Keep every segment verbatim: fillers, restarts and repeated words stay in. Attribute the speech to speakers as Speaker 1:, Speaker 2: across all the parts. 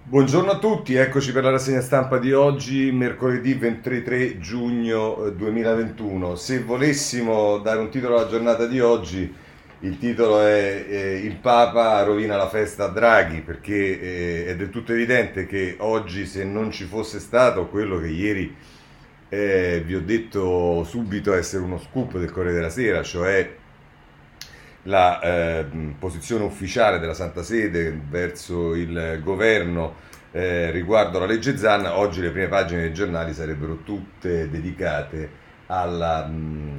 Speaker 1: Buongiorno a tutti, eccoci per la rassegna stampa di oggi, mercoledì ventitré giugno eh, duemilaventuno. Se volessimo dare un titolo alla giornata di oggi, il titolo è eh, Il Papa rovina la festa a Draghi, perché eh, è del tutto evidente che oggi, se non ci fosse stato quello che ieri eh, vi ho detto subito essere uno scoop del Corriere della Sera, cioè la eh, posizione ufficiale della Santa Sede verso il governo eh, riguardo la legge Zan, oggi le prime pagine dei giornali sarebbero tutte dedicate alla, mh,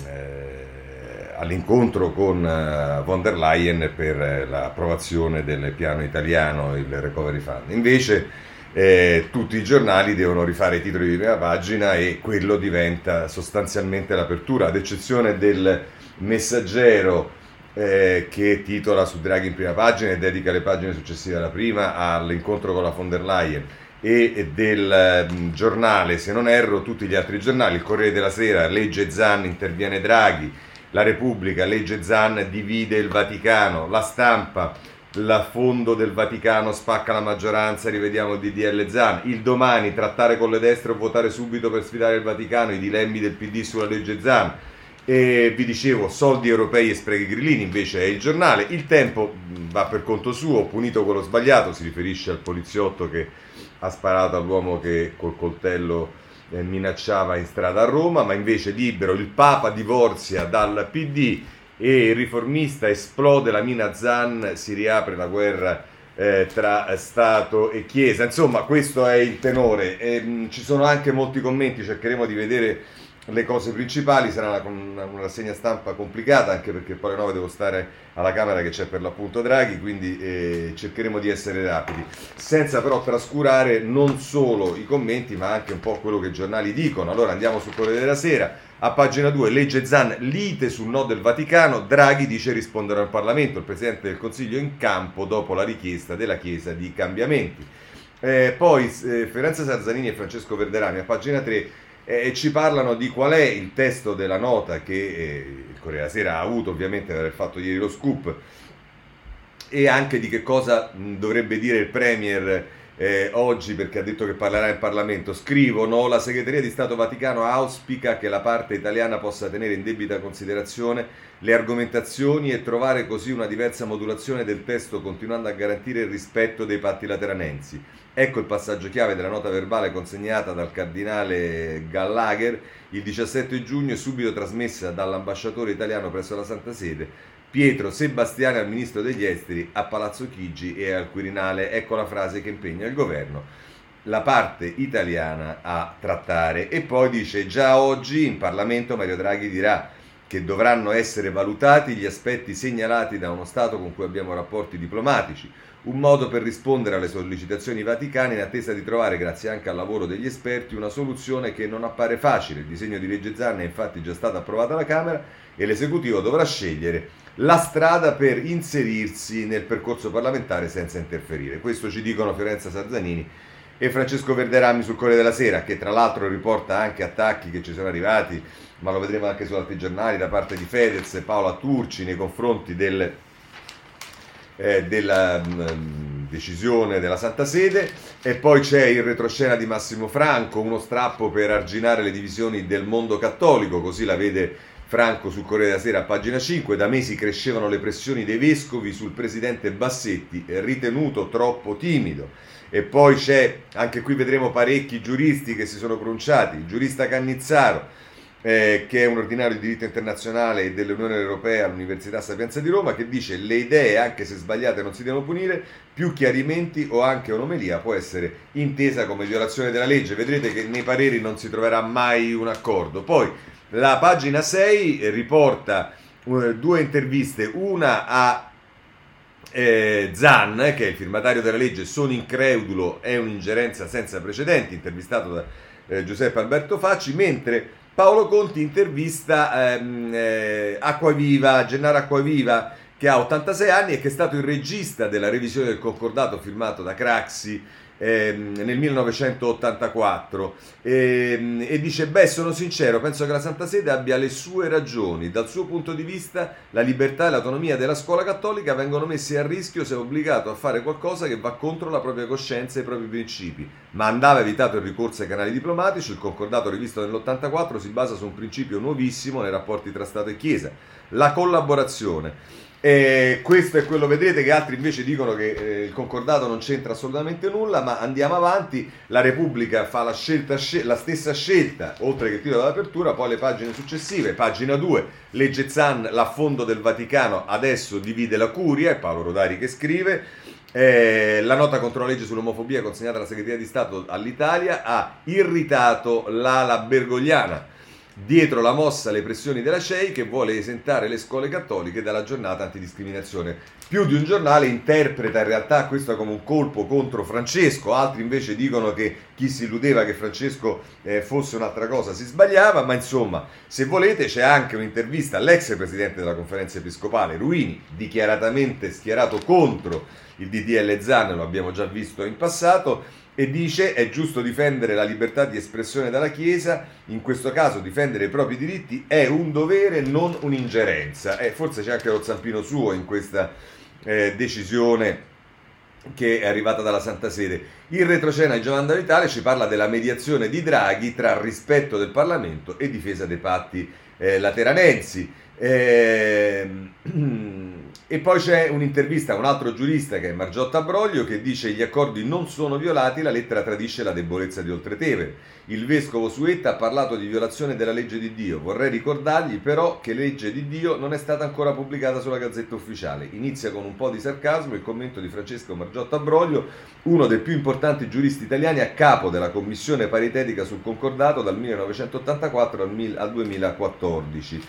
Speaker 1: eh, all'incontro con uh, von der Leyen per eh, l'approvazione del piano italiano, il Recovery Fund. Invece eh, tutti i giornali devono rifare i titoli di prima pagina e quello diventa sostanzialmente l'apertura, ad eccezione del Messaggero eh, che titola su Draghi in prima pagina e dedica le pagine successive alla prima all'incontro con la von der Leyen, e del mh, giornale, se non erro, tutti gli altri giornali, il Corriere della Sera, legge Zan, interviene Draghi, la Repubblica, legge Zan, divide il Vaticano, la Stampa, l'affondo del Vaticano spacca la maggioranza, rivediamo il D D L Zan, il Domani, trattare con le destre o votare subito per sfidare il Vaticano, i dilemmi del P D sulla legge Zan. E vi dicevo, soldi europei e sprechi grillini, invece è il giornale. Il Tempo va per conto suo, punito quello sbagliato, si riferisce al poliziotto che ha sparato all'uomo che col coltello eh, minacciava in strada a Roma, ma invece Libero, il Papa divorzia dal P D e il Riformista, esplode la mina Zan, si riapre la guerra eh, tra Stato e Chiesa. Insomma, questo è il tenore. E, mh, ci sono anche molti commenti, cercheremo di vedere le cose principali. Sarà una, una, una rassegna stampa complicata, anche perché poi alle nove devo stare alla Camera che c'è per l'appunto Draghi, quindi eh, cercheremo di essere rapidi, senza però trascurare non solo i commenti ma anche un po' quello che i giornali dicono. Allora andiamo sul Corriere della Sera, a pagina due, legge Zan, lite sul no del Vaticano, Draghi dice rispondere al Parlamento, il Presidente del Consiglio in campo dopo la richiesta della Chiesa di cambiamenti. Eh, poi eh, Fiorenza Sarzanini e Francesco Verderami a pagina tre eh, ci parlano di qual è il testo della nota che eh, il Corriere della Sera ha avuto ovviamente per aver fatto ieri lo scoop, e anche di che cosa mh, dovrebbe dire il Premier eh, oggi, perché ha detto che parlerà in Parlamento. Scrivono: la Segreteria di Stato Vaticano auspica che la parte italiana possa tenere in debita considerazione le argomentazioni e trovare così una diversa modulazione del testo, continuando a garantire il rispetto dei patti lateranensi. Ecco il passaggio chiave della nota verbale consegnata dal cardinale Gallagher il diciassette giugno e subito trasmessa dall'ambasciatore italiano presso la Santa Sede, Pietro Sebastiani, al ministro degli esteri a Palazzo Chigi e al Quirinale. Ecco la frase che impegna il governo, la parte italiana a trattare. E poi dice: già oggi in Parlamento Mario Draghi dirà che dovranno essere valutati gli aspetti segnalati da uno Stato con cui abbiamo rapporti diplomatici, un modo per rispondere alle sollecitazioni vaticane in attesa di trovare, grazie anche al lavoro degli esperti, una soluzione che non appare facile. Il disegno di legge Zan è infatti già stato approvato alla Camera e l'esecutivo dovrà scegliere la strada per inserirsi nel percorso parlamentare senza interferire. Questo ci dicono Fiorenza Sarzanini e Francesco Verderami sul Corriere della Sera, che tra l'altro riporta anche attacchi che ci sono arrivati, ma lo vedremo anche su altri giornali, da parte di Fedez e Paola Turci nei confronti del, eh, della mh, decisione della Santa Sede. E poi c'è il retroscena di Massimo Franco, uno strappo per arginare le divisioni del mondo cattolico, così la vede Franco sul Corriere della Sera a pagina cinque. Da mesi crescevano le pressioni dei vescovi sul presidente Bassetti, ritenuto troppo timido. E poi c'è, anche qui vedremo parecchi giuristi che si sono pronunciati, il giurista Cannizzaro, eh, che è un ordinario di diritto internazionale e dell'Unione Europea all'Università Sapienza di Roma, che dice: le idee, anche se sbagliate, non si devono punire, più chiarimenti o anche un'omelia può essere intesa come violazione della legge. Vedrete che nei pareri non si troverà mai un accordo. Poi la pagina sei riporta uh, due interviste, una a eh, Zan, che è il firmatario della legge. Sono incredulo, è un'ingerenza senza precedenti, intervistato da eh, Giuseppe Alberto Facci, mentre Paolo Conti intervista ehm, eh, Acquaviva, Gennaro Acquaviva, che ha ottantasei anni e che è stato il regista della revisione del concordato firmato da Craxi ehm, nel millenovecentottantaquattro, ehm, e dice: beh, sono sincero, penso che la Santa Sede abbia le sue ragioni. Dal suo punto di vista la libertà e l'autonomia della scuola cattolica vengono messe a rischio se è obbligato a fare qualcosa che va contro la propria coscienza e i propri principi, ma andava evitato il ricorso ai canali diplomatici. Il concordato rivisto nell'ottantaquattro si basa su un principio nuovissimo nei rapporti tra Stato e Chiesa: la collaborazione. E questo è quello, vedrete che altri invece dicono che eh, il concordato non c'entra assolutamente nulla, ma andiamo avanti. La Repubblica fa la, scelta, la stessa scelta, oltre che il titolo d'apertura, poi le pagine successive. Pagina due, legge Zan, l'affondo del Vaticano adesso divide la curia, è Paolo Rodari che scrive. Eh, la nota contro la legge sull'omofobia consegnata alla Segreteria di Stato all'Italia ha irritato l'ala bergogliana. Dietro la mossa le pressioni della C E I che vuole esentare le scuole cattoliche dalla giornata antidiscriminazione. Più di un giornale interpreta in realtà questo come un colpo contro Francesco, altri invece dicono che chi si illudeva che Francesco eh, fosse un'altra cosa si sbagliava, ma insomma, se volete c'è anche un'intervista all'ex presidente della Conferenza Episcopale, Ruini, dichiaratamente schierato contro il D D L Zan, lo abbiamo già visto in passato, e dice: è giusto difendere la libertà di espressione dalla Chiesa, in questo caso difendere i propri diritti è un dovere, non un'ingerenza. E forse c'è anche lo zampino suo in questa eh, decisione che è arrivata dalla Santa Sede. Il retroscena di Giovanni da Vitale ci parla della mediazione di Draghi tra rispetto del Parlamento e difesa dei patti eh, lateranensi. Eh, E poi c'è un'intervista a un altro giurista che è Margiotta Broglio che dice: gli accordi non sono violati, la lettera tradisce la debolezza di Oltretevere. Il vescovo Suetta ha parlato di violazione della legge di Dio. Vorrei ricordargli però che legge di Dio non è stata ancora pubblicata sulla Gazzetta Ufficiale. Inizia con un po' di sarcasmo il commento di Francesco Margiotta Broglio, uno dei più importanti giuristi italiani a capo della commissione paritetica sul concordato dal millenovecentottantaquattro al duemilaquattordici.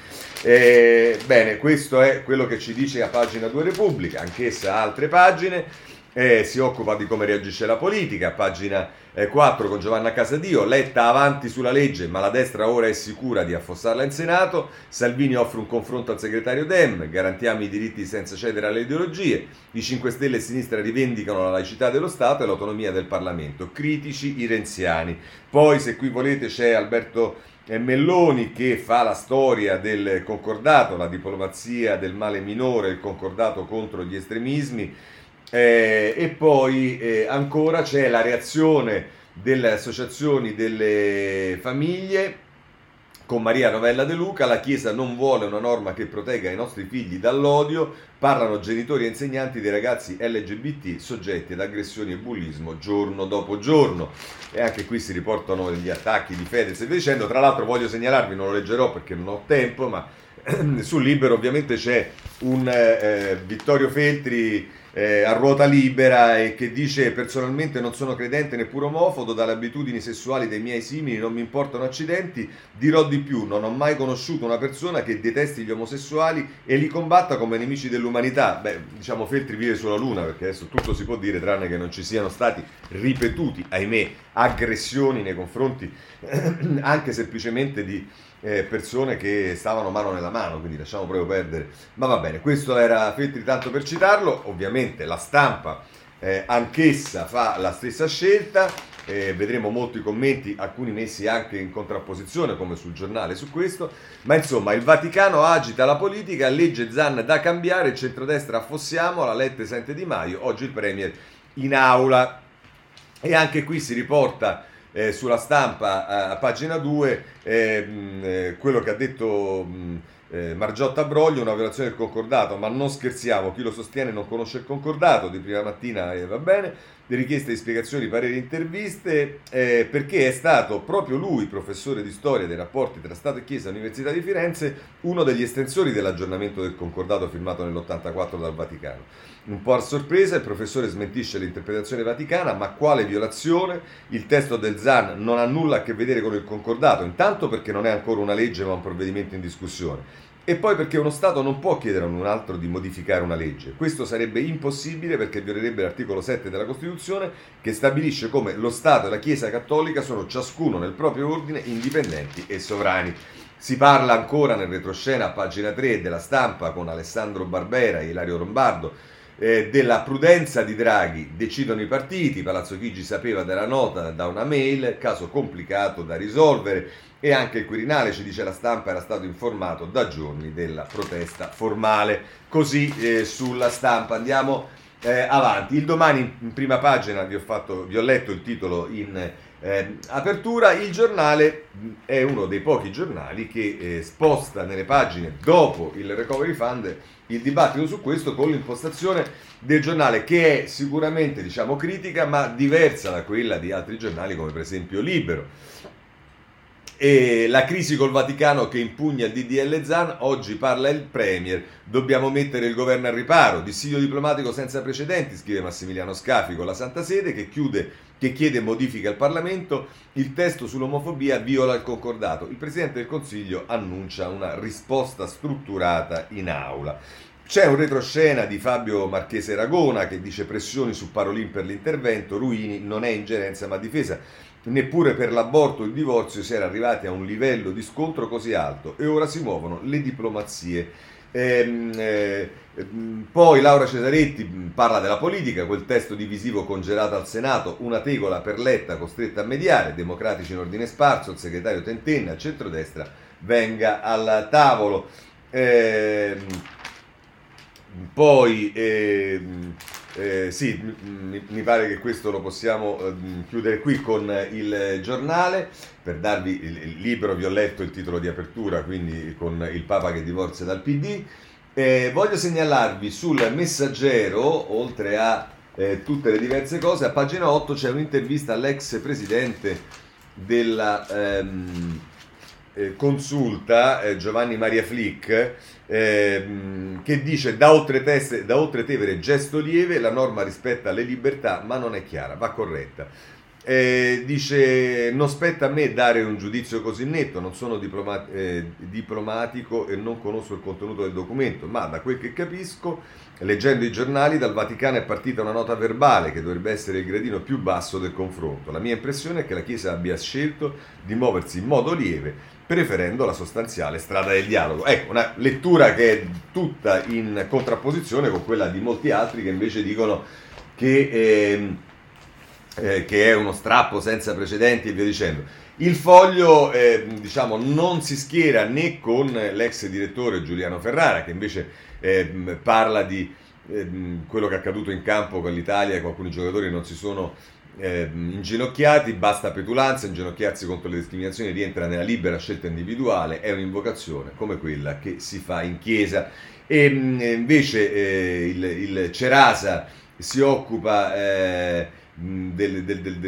Speaker 1: Eh, bene, questo è quello che ci dice a pagina due Repubblica, anch'essa ha altre pagine, eh, si occupa di come reagisce la politica. Pagina eh, quattro con Giovanna Casadio: Letta avanti sulla legge ma la destra ora è sicura di affossarla in Senato. Salvini offre un confronto al segretario Dem: garantiamo i diritti senza cedere alle ideologie. I cinque Stelle e sinistra rivendicano la laicità dello Stato e l'autonomia del Parlamento, critici i renziani. Poi, se qui volete, c'è Alberto Melloni che fa la storia del concordato, la diplomazia del male minore, il concordato contro gli estremismi, eh, e poi eh, ancora c'è la reazione delle associazioni delle famiglie con Maria Novella De Luca: la Chiesa non vuole una norma che protegga i nostri figli dall'odio, parlano genitori e insegnanti dei ragazzi L G B T soggetti ad aggressioni e bullismo giorno dopo giorno. E anche qui si riportano gli attacchi di Fedez e via dicendo. Tra l'altro voglio segnalarvi, non lo leggerò perché non ho tempo, ma sul Libero ovviamente c'è un eh, Vittorio Feltri eh, a ruota libera e che dice: personalmente non sono credente neppure omofobo, dalle abitudini sessuali dei miei simili non mi importano accidenti, dirò di più, non ho mai conosciuto una persona che detesti gli omosessuali e li combatta come nemici dell'umanità. Beh, diciamo Feltri vive sulla Luna, perché adesso tutto si può dire tranne che non ci siano stati ripetuti, ahimè, aggressioni nei confronti anche semplicemente di Eh, persone che stavano mano nella mano, quindi lasciamo proprio perdere. Ma va bene, questo era Feltri tanto per citarlo. Ovviamente la Stampa eh, anch'essa fa la stessa scelta, eh, vedremo molti commenti, alcuni messi anche in contrapposizione come sul Giornale su questo, ma insomma il Vaticano agita la politica, legge Zan da cambiare, il centrodestra affossiamo, la Letta sente Di Maio, oggi il Premier in aula. E anche qui si riporta Eh, sulla Stampa a, a pagina due eh, mh, eh, quello che ha detto mh, eh, Margiotta Broglio: una violazione del concordato, ma non scherziamo, chi lo sostiene non conosce il concordato. Di prima mattina eh, va bene, le richieste di spiegazioni, pareri, interviste, eh, perché è stato proprio lui, professore di storia dei rapporti tra Stato e Chiesa all'Università di Firenze, uno degli estensori dell'aggiornamento del concordato firmato nell'ottantaquattro dal Vaticano. Un po' a sorpresa il professore smentisce l'interpretazione vaticana, ma quale violazione? Il testo del Zan non ha nulla a che vedere con il concordato, intanto perché non è ancora una legge ma un provvedimento in discussione, e poi perché uno Stato non può chiedere a un altro di modificare una legge. Questo sarebbe impossibile perché violerebbe l'articolo sette della Costituzione, che stabilisce come lo Stato e la Chiesa Cattolica sono ciascuno nel proprio ordine indipendenti e sovrani. Si parla ancora nel retroscena a pagina tre della Stampa con Alessandro Barbera e Ilario Lombardo eh, della prudenza di Draghi decidono i partiti. Palazzo Chigi sapeva della nota da una mail, caso complicato da risolvere, e anche il Quirinale, ci dice la Stampa, era stato informato da giorni della protesta formale. Così eh, sulla Stampa. Andiamo eh, avanti. Il Domani in prima pagina, vi ho, fatto, vi ho letto il titolo in eh, apertura. Il Giornale è uno dei pochi giornali che eh, sposta nelle pagine dopo il Recovery Fund il dibattito su questo, con l'impostazione del Giornale, che è sicuramente, diciamo, critica, ma diversa da quella di altri giornali come per esempio Libero. E la crisi col Vaticano che impugna il D D L Zan, oggi parla il Premier, dobbiamo mettere il governo al riparo, dissidio diplomatico senza precedenti, scrive Massimiliano Scafi con la Santa Sede, che chiude, che chiede modifiche al Parlamento, il testo sull'omofobia viola il concordato, il Presidente del Consiglio annuncia una risposta strutturata in aula. C'è un retroscena di Fabio Marchese Ragona che dice pressioni su Parolin per l'intervento, Ruini non è ingerenza ma difesa. Neppure per l'aborto o il divorzio si era arrivati a un livello di scontro così alto e ora si muovono le diplomazie. Ehm, eh, poi Laura Cesaretti parla della politica, quel testo divisivo congelato al Senato, una tegola per Letta costretta a mediare, democratici in ordine sparso, il segretario Tentenna, il centrodestra venga al tavolo. Ehm, poi ehm, Eh, sì, mi, mi pare che questo lo possiamo eh, chiudere qui con il Giornale. Per darvi il, il libro, vi ho letto il titolo di apertura, quindi con il Papa che divorzia dal P D. Eh, voglio segnalarvi sul Messaggero, oltre a eh, tutte le diverse cose, a pagina otto c'è un'intervista all'ex presidente della ehm, eh, Consulta, eh, Giovanni Maria Flick, Ehm, che dice da oltre, teste, da oltre Tevere gesto lieve, la norma rispetta le libertà ma non è chiara, va corretta. Eh, dice non spetta a me dare un giudizio così netto, non sono diploma- eh, diplomatico e non conosco il contenuto del documento, ma da quel che capisco, leggendo i giornali, dal Vaticano è partita una nota verbale che dovrebbe essere il gradino più basso del confronto. La mia impressione è che la Chiesa abbia scelto di muoversi in modo lieve, preferendo la sostanziale strada del dialogo. Ecco, una lettura che è tutta in contrapposizione con quella di molti altri che invece dicono che, eh, eh, che è uno strappo senza precedenti e via dicendo. Il Foglio eh, diciamo, non si schiera né con l'ex direttore Giuliano Ferrara, che invece eh, parla di eh, quello che è accaduto in campo con l'Italia, che alcuni giocatori non si sono Eh, inginocchiati, basta petulanza, inginocchiarsi contro le discriminazioni rientra nella libera scelta individuale, è un'invocazione come quella che si fa in chiesa. E invece eh, il, il Cerasa si occupa eh, del, del, del,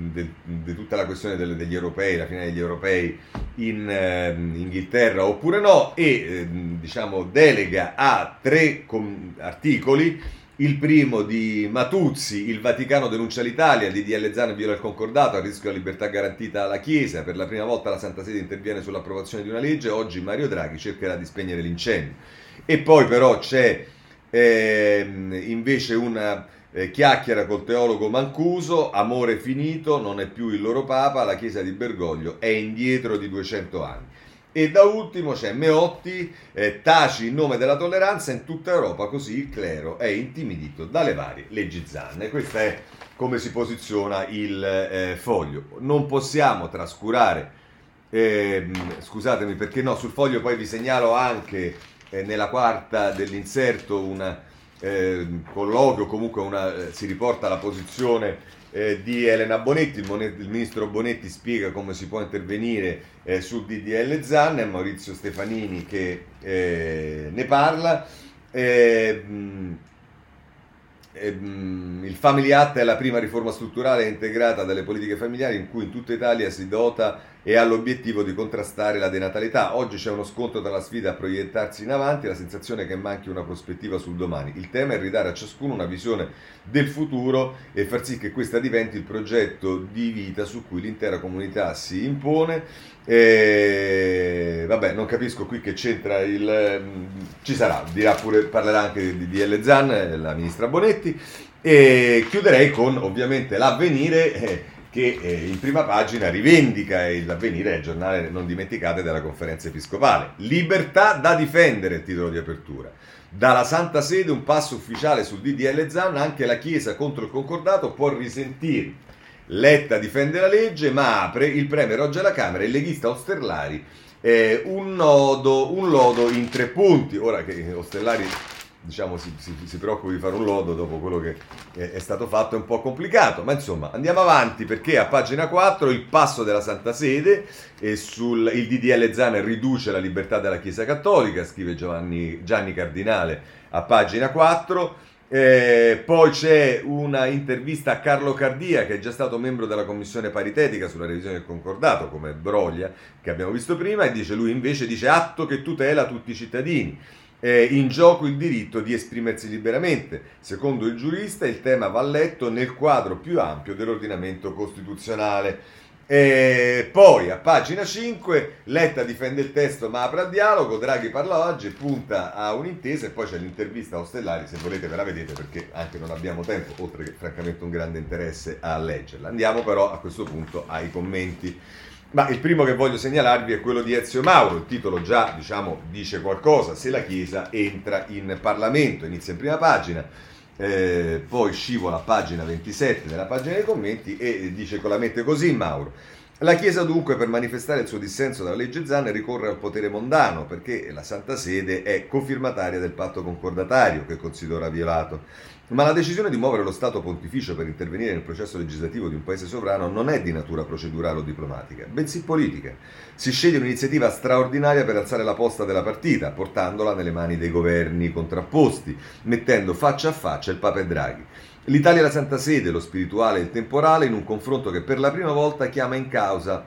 Speaker 1: di tutta la questione del, degli europei, la finale degli europei in eh, Inghilterra oppure no, e eh, diciamo delega a tre com- articoli. Il primo di Matuzzi, il Vaticano denuncia l'Italia, il D D L Zan viola il concordato, a rischio la libertà garantita alla Chiesa, per la prima volta la Santa Sede interviene sull'approvazione di una legge, oggi Mario Draghi cercherà di spegnere l'incendio. E poi però c'è eh, invece una eh, chiacchiera col teologo Mancuso, amore finito, non è più il loro Papa, la Chiesa di Bergoglio è indietro di duecento anni. E da ultimo c'è Meotti, eh, taci in nome della tolleranza in tutta Europa, così il clero è intimidito dalle varie leggi Zan. E questa è come si posiziona il eh, Foglio. Non possiamo trascurare, eh, scusatemi perché no, sul Foglio poi vi segnalo anche eh, nella quarta dell'inserto un eh, colloquio, comunque una, eh, si riporta la posizione Eh, di Elena Bonetti, il, Monetti, il ministro Bonetti spiega come si può intervenire eh, sul D D L Zan, è Maurizio Stefanini che eh, ne parla. Eh, mh, eh, mh, il Family Act è la prima riforma strutturale integrata dalle politiche familiari in cui in tutta Italia si dota e ha l'obiettivo di contrastare la denatalità. Oggi c'è uno scontro tra la sfida a proiettarsi in avanti e la sensazione che manchi una prospettiva sul domani. Il tema è ridare a ciascuno una visione del futuro e far sì che questa diventi il progetto di vita su cui l'intera comunità si impone. E vabbè, non capisco qui che c'entra il... ci sarà, dirà pure, parlerà anche di D D L Zan la ministra Bonetti. E chiuderei con ovviamente l'Avvenire eh, che eh, in prima pagina rivendica l'Avvenire, il giornale, non dimenticate, della conferenza episcopale. Libertà da difendere, il titolo di apertura. Dalla Santa Sede un passo ufficiale sul D D L Zan, anche la Chiesa contro il concordato può risentire. Letta difende la legge, ma apre il premier oggi alla Camera, il leghista Ostellari, eh, un, nodo, un lodo in tre punti. Ora che Ostellari, diciamo, si, si, si preoccupa di fare un lodo dopo quello che è, è stato fatto è un po' complicato, ma insomma andiamo avanti, perché a pagina quattro il passo della Santa Sede e sul il D D L Zan riduce la libertà della Chiesa Cattolica, scrive Giovanni, Gianni Cardinale a pagina quattro. Eh, poi c'è una intervista a Carlo Cardia, che è già stato membro della commissione paritetica sulla revisione del concordato, come Broglia, che abbiamo visto prima, e dice lui invece dice atto che tutela tutti i cittadini. Eh, in gioco il diritto di esprimersi liberamente. Secondo il giurista il tema va letto nel quadro più ampio dell'ordinamento costituzionale. E poi a pagina cinque Letta difende il testo ma apre al dialogo, Draghi parla oggi e punta a un'intesa, e poi c'è l'intervista a Ostellari, se volete ve la vedete perché anche non abbiamo tempo, oltre che francamente un grande interesse a leggerla. Andiamo però a questo punto ai commenti. Ma il primo che voglio segnalarvi è quello di Ezio Mauro. Il titolo già, diciamo, dice qualcosa: se la Chiesa entra in Parlamento. Inizia in prima pagina, eh, poi scivola a pagina ventisette della pagina dei commenti e dice, la mette così Mauro: la Chiesa dunque, per manifestare il suo dissenso dalla legge Zan, ricorre al potere mondano, perché la Santa Sede è cofirmataria del patto concordatario che considera violato. Ma la decisione di muovere lo Stato Pontificio per intervenire nel processo legislativo di un paese sovrano non è di natura procedurale o diplomatica, bensì politica. Si sceglie un'iniziativa straordinaria per alzare la posta della partita, portandola nelle mani dei governi contrapposti, mettendo faccia a faccia il Papa e Draghi. L'Italia e la Santa Sede, lo spirituale e il temporale, in un confronto che per la prima volta chiama in causa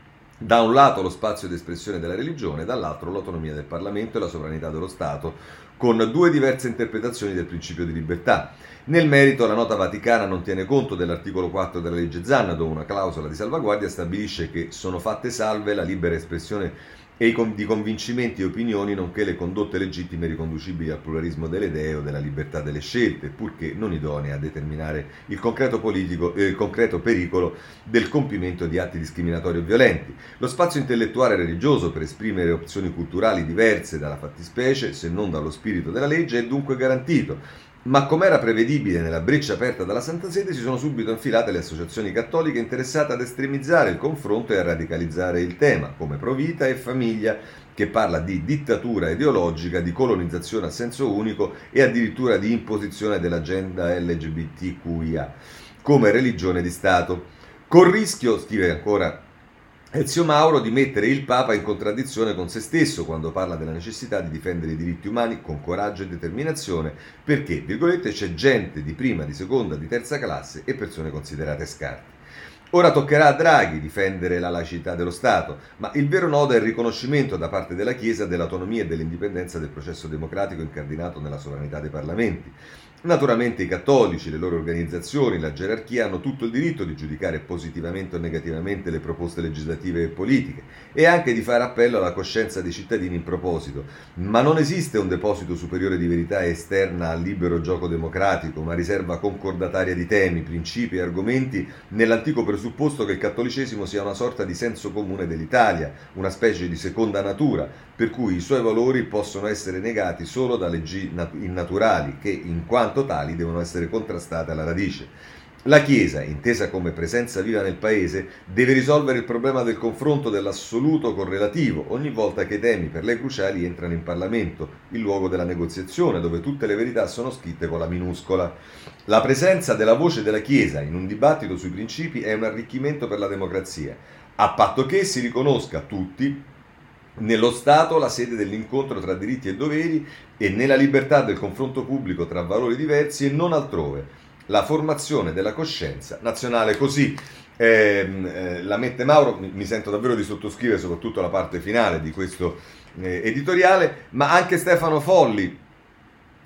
Speaker 1: da un lato lo spazio di espressione della religione, dall'altro l'autonomia del Parlamento e la sovranità dello Stato, con due diverse interpretazioni del principio di libertà. Nel merito, la nota vaticana non tiene conto dell'articolo quattro della legge Zan, dove una clausola di salvaguardia stabilisce che sono fatte salve la libera espressione e di convincimenti e opinioni, nonché le condotte legittime riconducibili al pluralismo delle idee o della libertà delle scelte, purché non idonee a determinare il concreto, politico, eh, il concreto pericolo del compimento di atti discriminatori o violenti. Lo spazio intellettuale e religioso per esprimere opzioni culturali diverse dalla fattispecie, se non dallo spirito della legge, è dunque garantito. Ma come era prevedibile nella breccia aperta dalla Santa Sede, si sono subito infilate le associazioni cattoliche interessate ad estremizzare il confronto e a radicalizzare il tema, come Provita e Famiglia, che parla di dittatura ideologica, di colonizzazione a senso unico e addirittura di imposizione dell'agenda L G B T Q I A come religione di Stato. Col rischio, scrive ancora Ezio Mauro, di mettere il Papa in contraddizione con se stesso quando parla della necessità di difendere i diritti umani con coraggio e determinazione, perché, virgolette, c'è gente di prima, di seconda, di terza classe e persone considerate scarse. Ora toccherà a Draghi difendere la laicità dello Stato, ma il vero nodo è il riconoscimento da parte della Chiesa dell'autonomia e dell'indipendenza del processo democratico incardinato nella sovranità dei parlamenti. Naturalmente i cattolici, le loro organizzazioni, la gerarchia hanno tutto il diritto di giudicare positivamente o negativamente le proposte legislative e politiche e anche di fare appello alla coscienza dei cittadini in proposito, ma non esiste un deposito superiore di verità esterna al libero gioco democratico, una riserva concordataria di temi, principi e argomenti nell'antico presupposto che il cattolicesimo sia una sorta di senso comune dell'Italia, una specie di seconda natura, per cui i suoi valori possono essere negati solo da leggi innaturali che, in quanto tali, devono essere contrastate alla radice. La Chiesa, intesa come presenza viva nel Paese, deve risolvere il problema del confronto dell'assoluto con relativo ogni volta che i temi per lei cruciali entrano in Parlamento, il luogo della negoziazione, dove tutte le verità sono scritte con la minuscola. La presenza della voce della Chiesa in un dibattito sui principi è un arricchimento per la democrazia, a patto che si riconosca a tutti nello Stato la sede dell'incontro tra diritti e doveri e nella libertà del confronto pubblico tra valori diversi e non altrove, la formazione della coscienza nazionale. Così ehm, eh, la mette Mauro. Mi sento davvero di sottoscrivere soprattutto la parte finale di questo eh, editoriale, ma anche Stefano Folli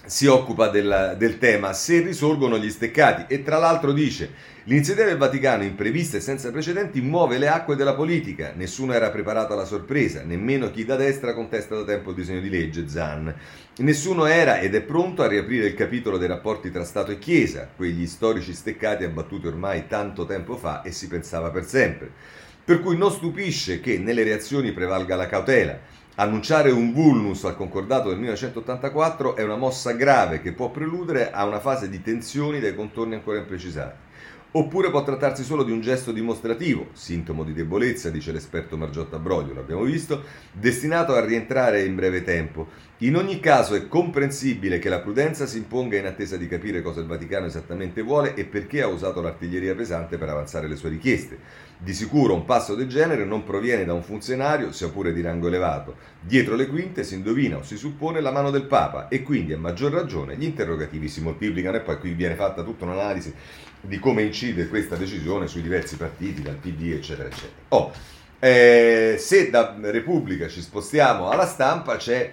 Speaker 1: si occupa del, del tema, se risorgono gli steccati, e tra l'altro dice: l'iniziativa del Vaticano, imprevista e senza precedenti, muove le acque della politica, nessuno era preparato alla sorpresa, nemmeno chi da destra contesta da tempo il disegno di legge Zan. Nessuno era ed è pronto a riaprire il capitolo dei rapporti tra Stato e Chiesa, quegli storici steccati abbattuti ormai tanto tempo fa e si pensava per sempre. Per cui non stupisce che nelle reazioni prevalga la cautela. Annunciare un vulnus al concordato del millenovecentottantaquattro è una mossa grave che può preludere a una fase di tensioni dai contorni ancora imprecisati. Oppure può trattarsi solo di un gesto dimostrativo, sintomo di debolezza, dice l'esperto Margiotta Broglio, l'abbiamo visto, destinato a rientrare in breve tempo. In ogni caso è comprensibile che la prudenza si imponga in attesa di capire cosa il Vaticano esattamente vuole e perché ha usato l'artiglieria pesante per avanzare le sue richieste. Di sicuro un passo del genere non proviene da un funzionario, sia pure di rango elevato. Dietro le quinte si indovina o si suppone la mano del Papa e quindi a maggior ragione gli interrogativi si moltiplicano, e poi qui viene fatta tutta un'analisi di come incide questa decisione sui diversi partiti, dal P D eccetera eccetera. Oh, eh, se da Repubblica ci spostiamo alla Stampa, c'è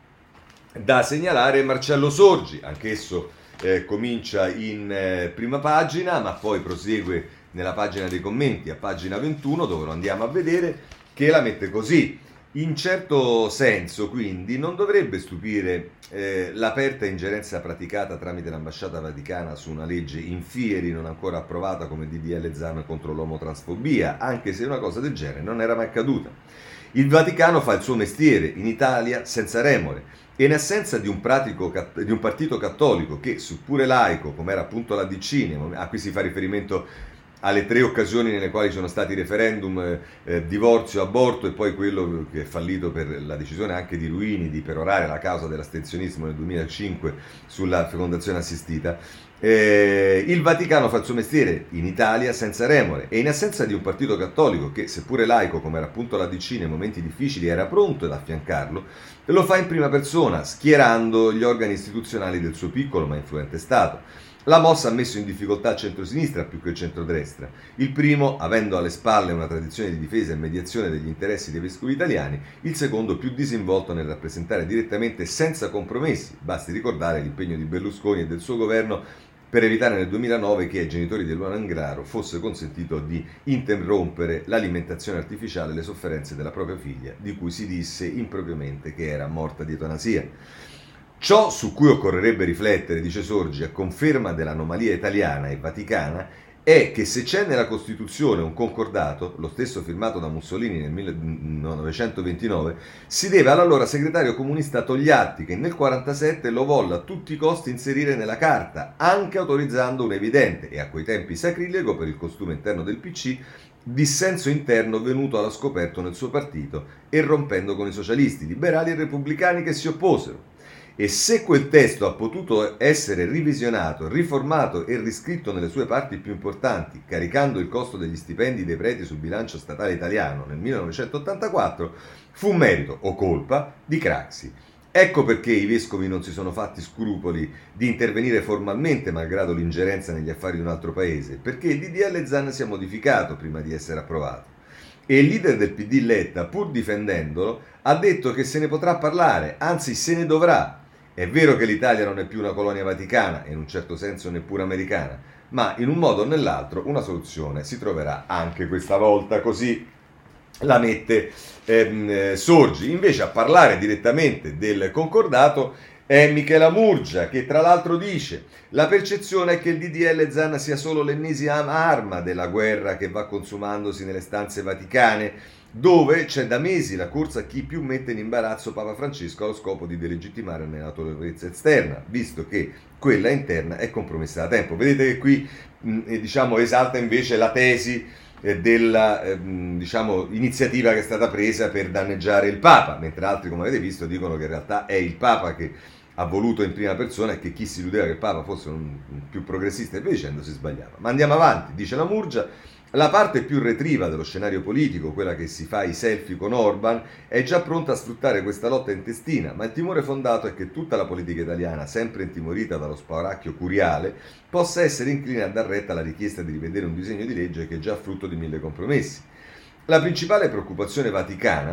Speaker 1: da segnalare Marcello Sorgi, anch'esso eh, comincia in eh, prima pagina ma poi prosegue nella pagina dei commenti a pagina ventuno, dove lo andiamo a vedere, che la mette così: in certo senso quindi non dovrebbe stupire eh, l'aperta ingerenza praticata tramite l'ambasciata vaticana su una legge in fieri non ancora approvata come D D L Zan contro l'omotransfobia, anche se una cosa del genere non era mai accaduta. Il Vaticano fa il suo mestiere in Italia senza remore, e in assenza di un, pratico, di un partito cattolico che, seppure laico, come era appunto la D C, a cui si fa riferimento alle tre occasioni nelle quali sono stati referendum, eh, divorzio, aborto, e poi quello che è fallito per la decisione anche di Ruini di perorare la causa dell'astensionismo nel duemilacinque sulla fecondazione assistita. Eh, il Vaticano fa il suo mestiere in Italia senza remore, e in assenza di un partito cattolico che, seppure laico come era appunto la D C nei momenti difficili, era pronto ad affiancarlo, lo fa in prima persona, schierando gli organi istituzionali del suo piccolo ma influente Stato. La mossa ha messo in difficoltà il centrosinistra più che il centrodestra. Il primo, avendo alle spalle una tradizione di difesa e mediazione degli interessi dei vescovi italiani, il secondo più disinvolto nel rappresentare direttamente senza compromessi. Basti ricordare l'impegno di Berlusconi e del suo governo per evitare nel duemilanove che ai genitori di Luana Angraro fosse consentito di interrompere l'alimentazione artificiale e le sofferenze della propria figlia, di cui si disse impropriamente che era morta di eutanasia. Ciò su cui occorrerebbe riflettere, dice Sorgi, a conferma dell'anomalia italiana e vaticana, è che se c'è nella Costituzione un concordato, lo stesso firmato da Mussolini nel millenovecentoventinove, si deve all'allora segretario comunista Togliatti, che nel millenovecentoquarantasette lo volle a tutti i costi inserire nella carta, anche autorizzando un evidente e a quei tempi sacrilego per il costume interno del P C dissenso interno venuto allo scoperto nel suo partito e rompendo con i socialisti, liberali e repubblicani che si opposero. E se quel testo ha potuto essere rivisionato, riformato e riscritto nelle sue parti più importanti, caricando il costo degli stipendi dei preti sul bilancio statale italiano nel millenovecentottantaquattro, fu merito o colpa di Craxi. Ecco perché i vescovi non si sono fatti scrupoli di intervenire formalmente malgrado l'ingerenza negli affari di un altro paese, perché il D D L Zan si è modificato prima di essere approvato. E il leader del P D Letta, pur difendendolo, ha detto che se ne potrà parlare, anzi se ne dovrà. È vero che l'Italia non è più una colonia vaticana e in un certo senso neppure americana, ma in un modo o nell'altro una soluzione si troverà anche questa volta, così la mette ehm, Sorgi. Invece a parlare direttamente del concordato è Michela Murgia, che tra l'altro dice: la percezione è che il D D L Zan sia solo l'ennesima arma della guerra che va consumandosi nelle stanze vaticane, dove c'è da mesi la corsa a chi più mette in imbarazzo Papa Francesco allo scopo di delegittimare l'autorevolezza esterna, visto che quella interna è compromessa da tempo. Vedete che qui mh, diciamo, esalta invece la tesi eh, della eh, diciamo, iniziativa che è stata presa per danneggiare il Papa, mentre altri, come avete visto, dicono che in realtà è il Papa che ha voluto in prima persona e che chi si illudeva che il Papa fosse un, un più progressista e via dicendo si sbagliava. Ma andiamo avanti, dice la Murgia. La parte più retriva dello scenario politico, quella che si fa i selfie con Orban, è già pronta a sfruttare questa lotta intestina, ma il timore fondato è che tutta la politica italiana, sempre intimorita dallo spauracchio curiale, possa essere incline a dar retta alla richiesta di rivedere un disegno di legge che è già frutto di mille compromessi. La principale preoccupazione vaticana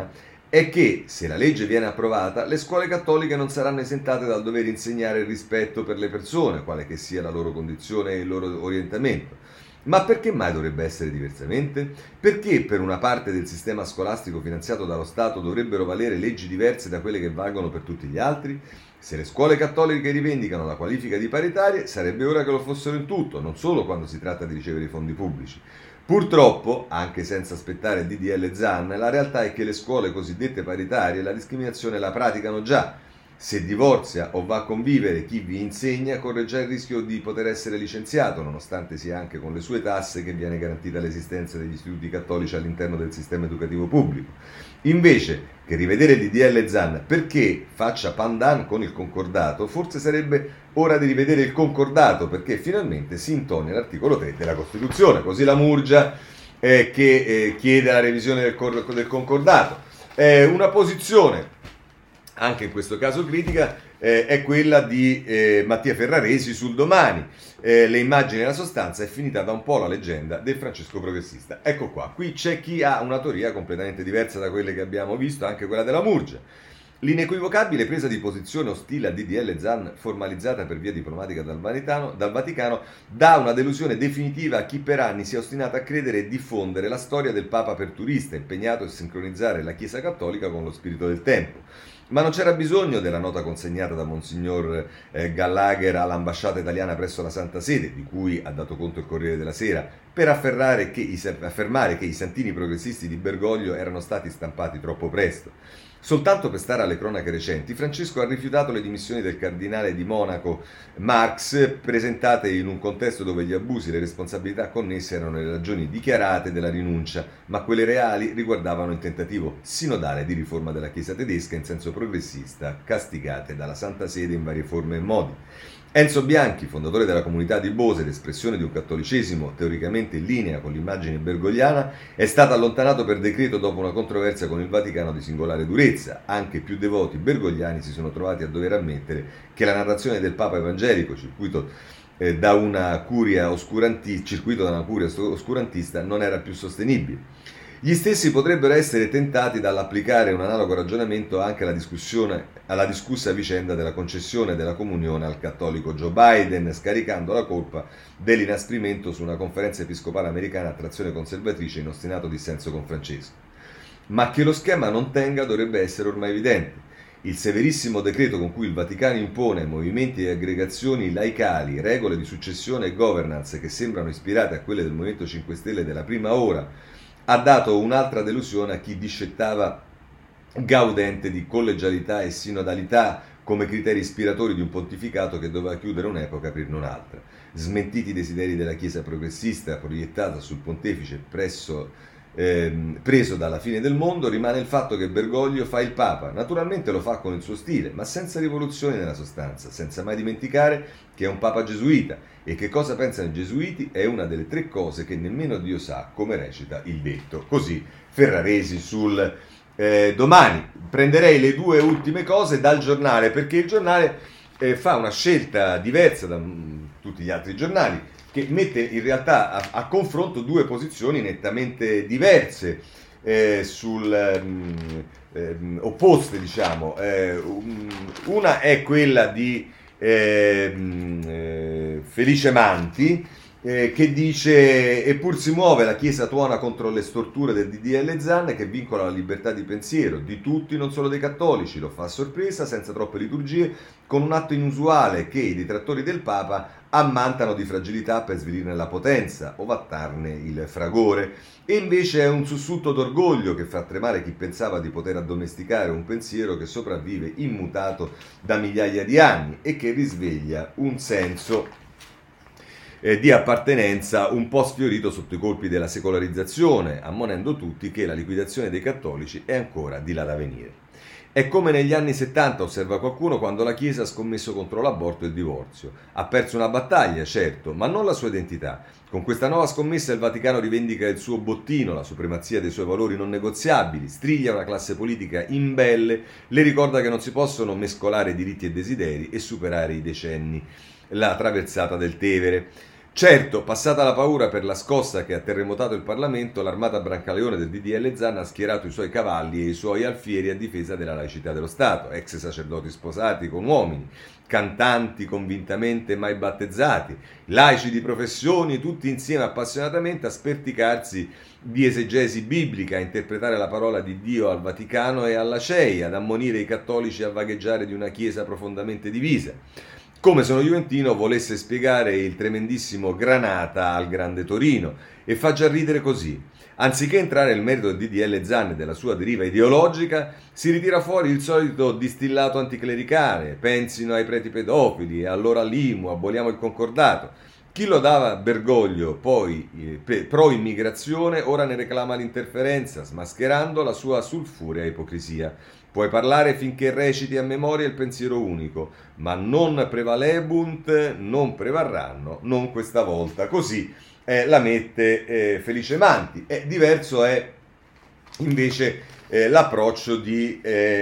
Speaker 1: è che, se la legge viene approvata, le scuole cattoliche non saranno esentate dal dover insegnare il rispetto per le persone, quale che sia la loro condizione e il loro orientamento. Ma perché mai dovrebbe essere diversamente? Perché per una parte del sistema scolastico finanziato dallo Stato dovrebbero valere leggi diverse da quelle che valgono per tutti gli altri? Se le scuole cattoliche rivendicano la qualifica di paritarie, sarebbe ora che lo fossero in tutto, non solo quando si tratta di ricevere i fondi pubblici. Purtroppo, anche senza aspettare il D D L Zan, la realtà è che le scuole cosiddette paritarie la discriminazione la praticano già. Se divorzia o va a convivere chi vi insegna, corre già il rischio di poter essere licenziato, nonostante sia anche con le sue tasse che viene garantita l'esistenza degli istituti cattolici all'interno del sistema educativo pubblico. Invece che rivedere il D D L Zan perché faccia pandan con il concordato, forse sarebbe ora di rivedere il concordato perché finalmente si intoni l'articolo tre della Costituzione, così la Murgia eh, che eh, chiede la revisione del, cor- del concordato. Eh, una posizione anche in questo caso critica, eh, è quella di eh, Mattia Ferraresi sul Domani. Eh, le immagini e la sostanza è finita da un po' la leggenda del Francesco progressista. Ecco qua, qui c'è chi ha una teoria completamente diversa da quelle che abbiamo visto, anche quella della Murgia. L'inequivocabile presa di posizione ostile al D D L Zan, formalizzata per via diplomatica dal Vaticano, dal Vaticano, dà una delusione definitiva a chi per anni si è ostinato a credere e diffondere la storia del Papa aperturista, impegnato a sincronizzare la Chiesa Cattolica con lo spirito del tempo. Ma non c'era bisogno della nota consegnata da Monsignor eh, Gallagher all'ambasciata italiana presso la Santa Sede, di cui ha dato conto il Corriere della Sera, per afferrare che i, affermare che i santini progressisti di Bergoglio erano stati stampati troppo presto. Soltanto per stare alle cronache recenti, Francesco ha rifiutato le dimissioni del cardinale di Monaco Marx, presentate in un contesto dove gli abusi e le responsabilità connesse erano le ragioni dichiarate della rinuncia, ma quelle reali riguardavano il tentativo sinodale di riforma della Chiesa tedesca in senso progressista, castigate dalla Santa Sede in varie forme e modi. Enzo Bianchi, fondatore della comunità di Bose ed espressione di un cattolicesimo teoricamente in linea con l'immagine bergogliana, è stato allontanato per decreto dopo una controversia con il Vaticano di singolare durezza. Anche più devoti bergogliani si sono trovati a dover ammettere che la narrazione del Papa evangelico, circuito eh, da una curia oscurantista, circuito da una curia oscurantista, non era più sostenibile. Gli stessi potrebbero essere tentati dall'applicare un analogo ragionamento anche alla discussione, alla discussa vicenda della concessione della comunione al cattolico Joe Biden, scaricando la colpa dell'inasprimento su una conferenza episcopale americana a trazione conservatrice in ostinato dissenso con Francesco. Ma che lo schema non tenga dovrebbe essere ormai evidente. Il severissimo decreto con cui il Vaticano impone ai movimenti e aggregazioni laicali regole di successione e governance che sembrano ispirate a quelle del Movimento cinque Stelle della prima ora ha dato un'altra delusione a chi discettava gaudente di collegialità e sinodalità come criteri ispiratori di un pontificato che doveva chiudere un'epoca per aprirne un'altra. Smentiti i desideri della Chiesa progressista proiettata sul pontefice presso Ehm, preso dalla fine del mondo, rimane il fatto che Bergoglio fa il Papa. Naturalmente lo fa con il suo stile, ma senza rivoluzioni nella sostanza, senza mai dimenticare che è un Papa gesuita e che cosa pensano i gesuiti è una delle tre cose che nemmeno Dio sa, come recita il detto. Così Ferraresi sul eh, Domani. Prenderei le due ultime cose dal giornale, perché il giornale eh, fa una scelta diversa da mh, tutti gli altri giornali, che mette in realtà a, a confronto due posizioni nettamente diverse, eh, sul, um, eh, opposte, diciamo. Eh, um, una è quella di eh, eh, Felice Manti, eh, che dice: eppur si muove la Chiesa tuona contro le storture del D D L Zan che vincola la libertà di pensiero di tutti, non solo dei cattolici. Lo fa a sorpresa, senza troppe liturgie, con un atto inusuale che i detrattori del Papa ammantano di fragilità per svilirne la potenza o vattarne il fragore, e invece è un sussulto d'orgoglio che fa tremare chi pensava di poter addomesticare un pensiero che sopravvive immutato da migliaia di anni e che risveglia un senso eh, di appartenenza un po' sfiorito sotto i colpi della secolarizzazione, ammonendo tutti che la liquidazione dei cattolici è ancora di là da venire. È come negli anni settanta, osserva qualcuno, quando la Chiesa ha scommesso contro l'aborto e il divorzio. Ha perso una battaglia, certo, ma non la sua identità. Con questa nuova scommessa il Vaticano rivendica il suo bottino, la supremazia dei suoi valori non negoziabili, striglia una classe politica imbelle, le ricorda che non si possono mescolare diritti e desideri e superare i decenni, la traversata del Tevere. Certo, passata la paura per la scossa che ha terremotato il Parlamento, l'armata Brancaleone del D D L Zan ha schierato i suoi cavalli e i suoi alfieri a difesa della laicità dello Stato, ex sacerdoti sposati con uomini, cantanti convintamente mai battezzati, laici di professioni, tutti insieme appassionatamente a sperticarsi di esegesi biblica, a interpretare la parola di Dio al Vaticano e alla C E I, ad ammonire i cattolici a vagheggiare di una Chiesa profondamente divisa. Come se uno juventino volesse spiegare il tremendissimo Granata al grande Torino, e fa già ridere così. Anziché entrare nel merito del D D L Zan e della sua deriva ideologica, si ritira fuori il solito distillato anticlericale, pensino ai preti pedofili, e allora l'I M U, aboliamo il concordato. Chi lo dava Bergoglio, poi eh, pro-immigrazione, ora ne reclama l'interferenza, smascherando la sua sulfurea ipocrisia. Puoi parlare finché reciti a memoria il pensiero unico, ma non prevalebunt, non prevarranno, non questa volta. Così eh, la mette eh, Felice Manti. E diverso è invece eh, l'approccio di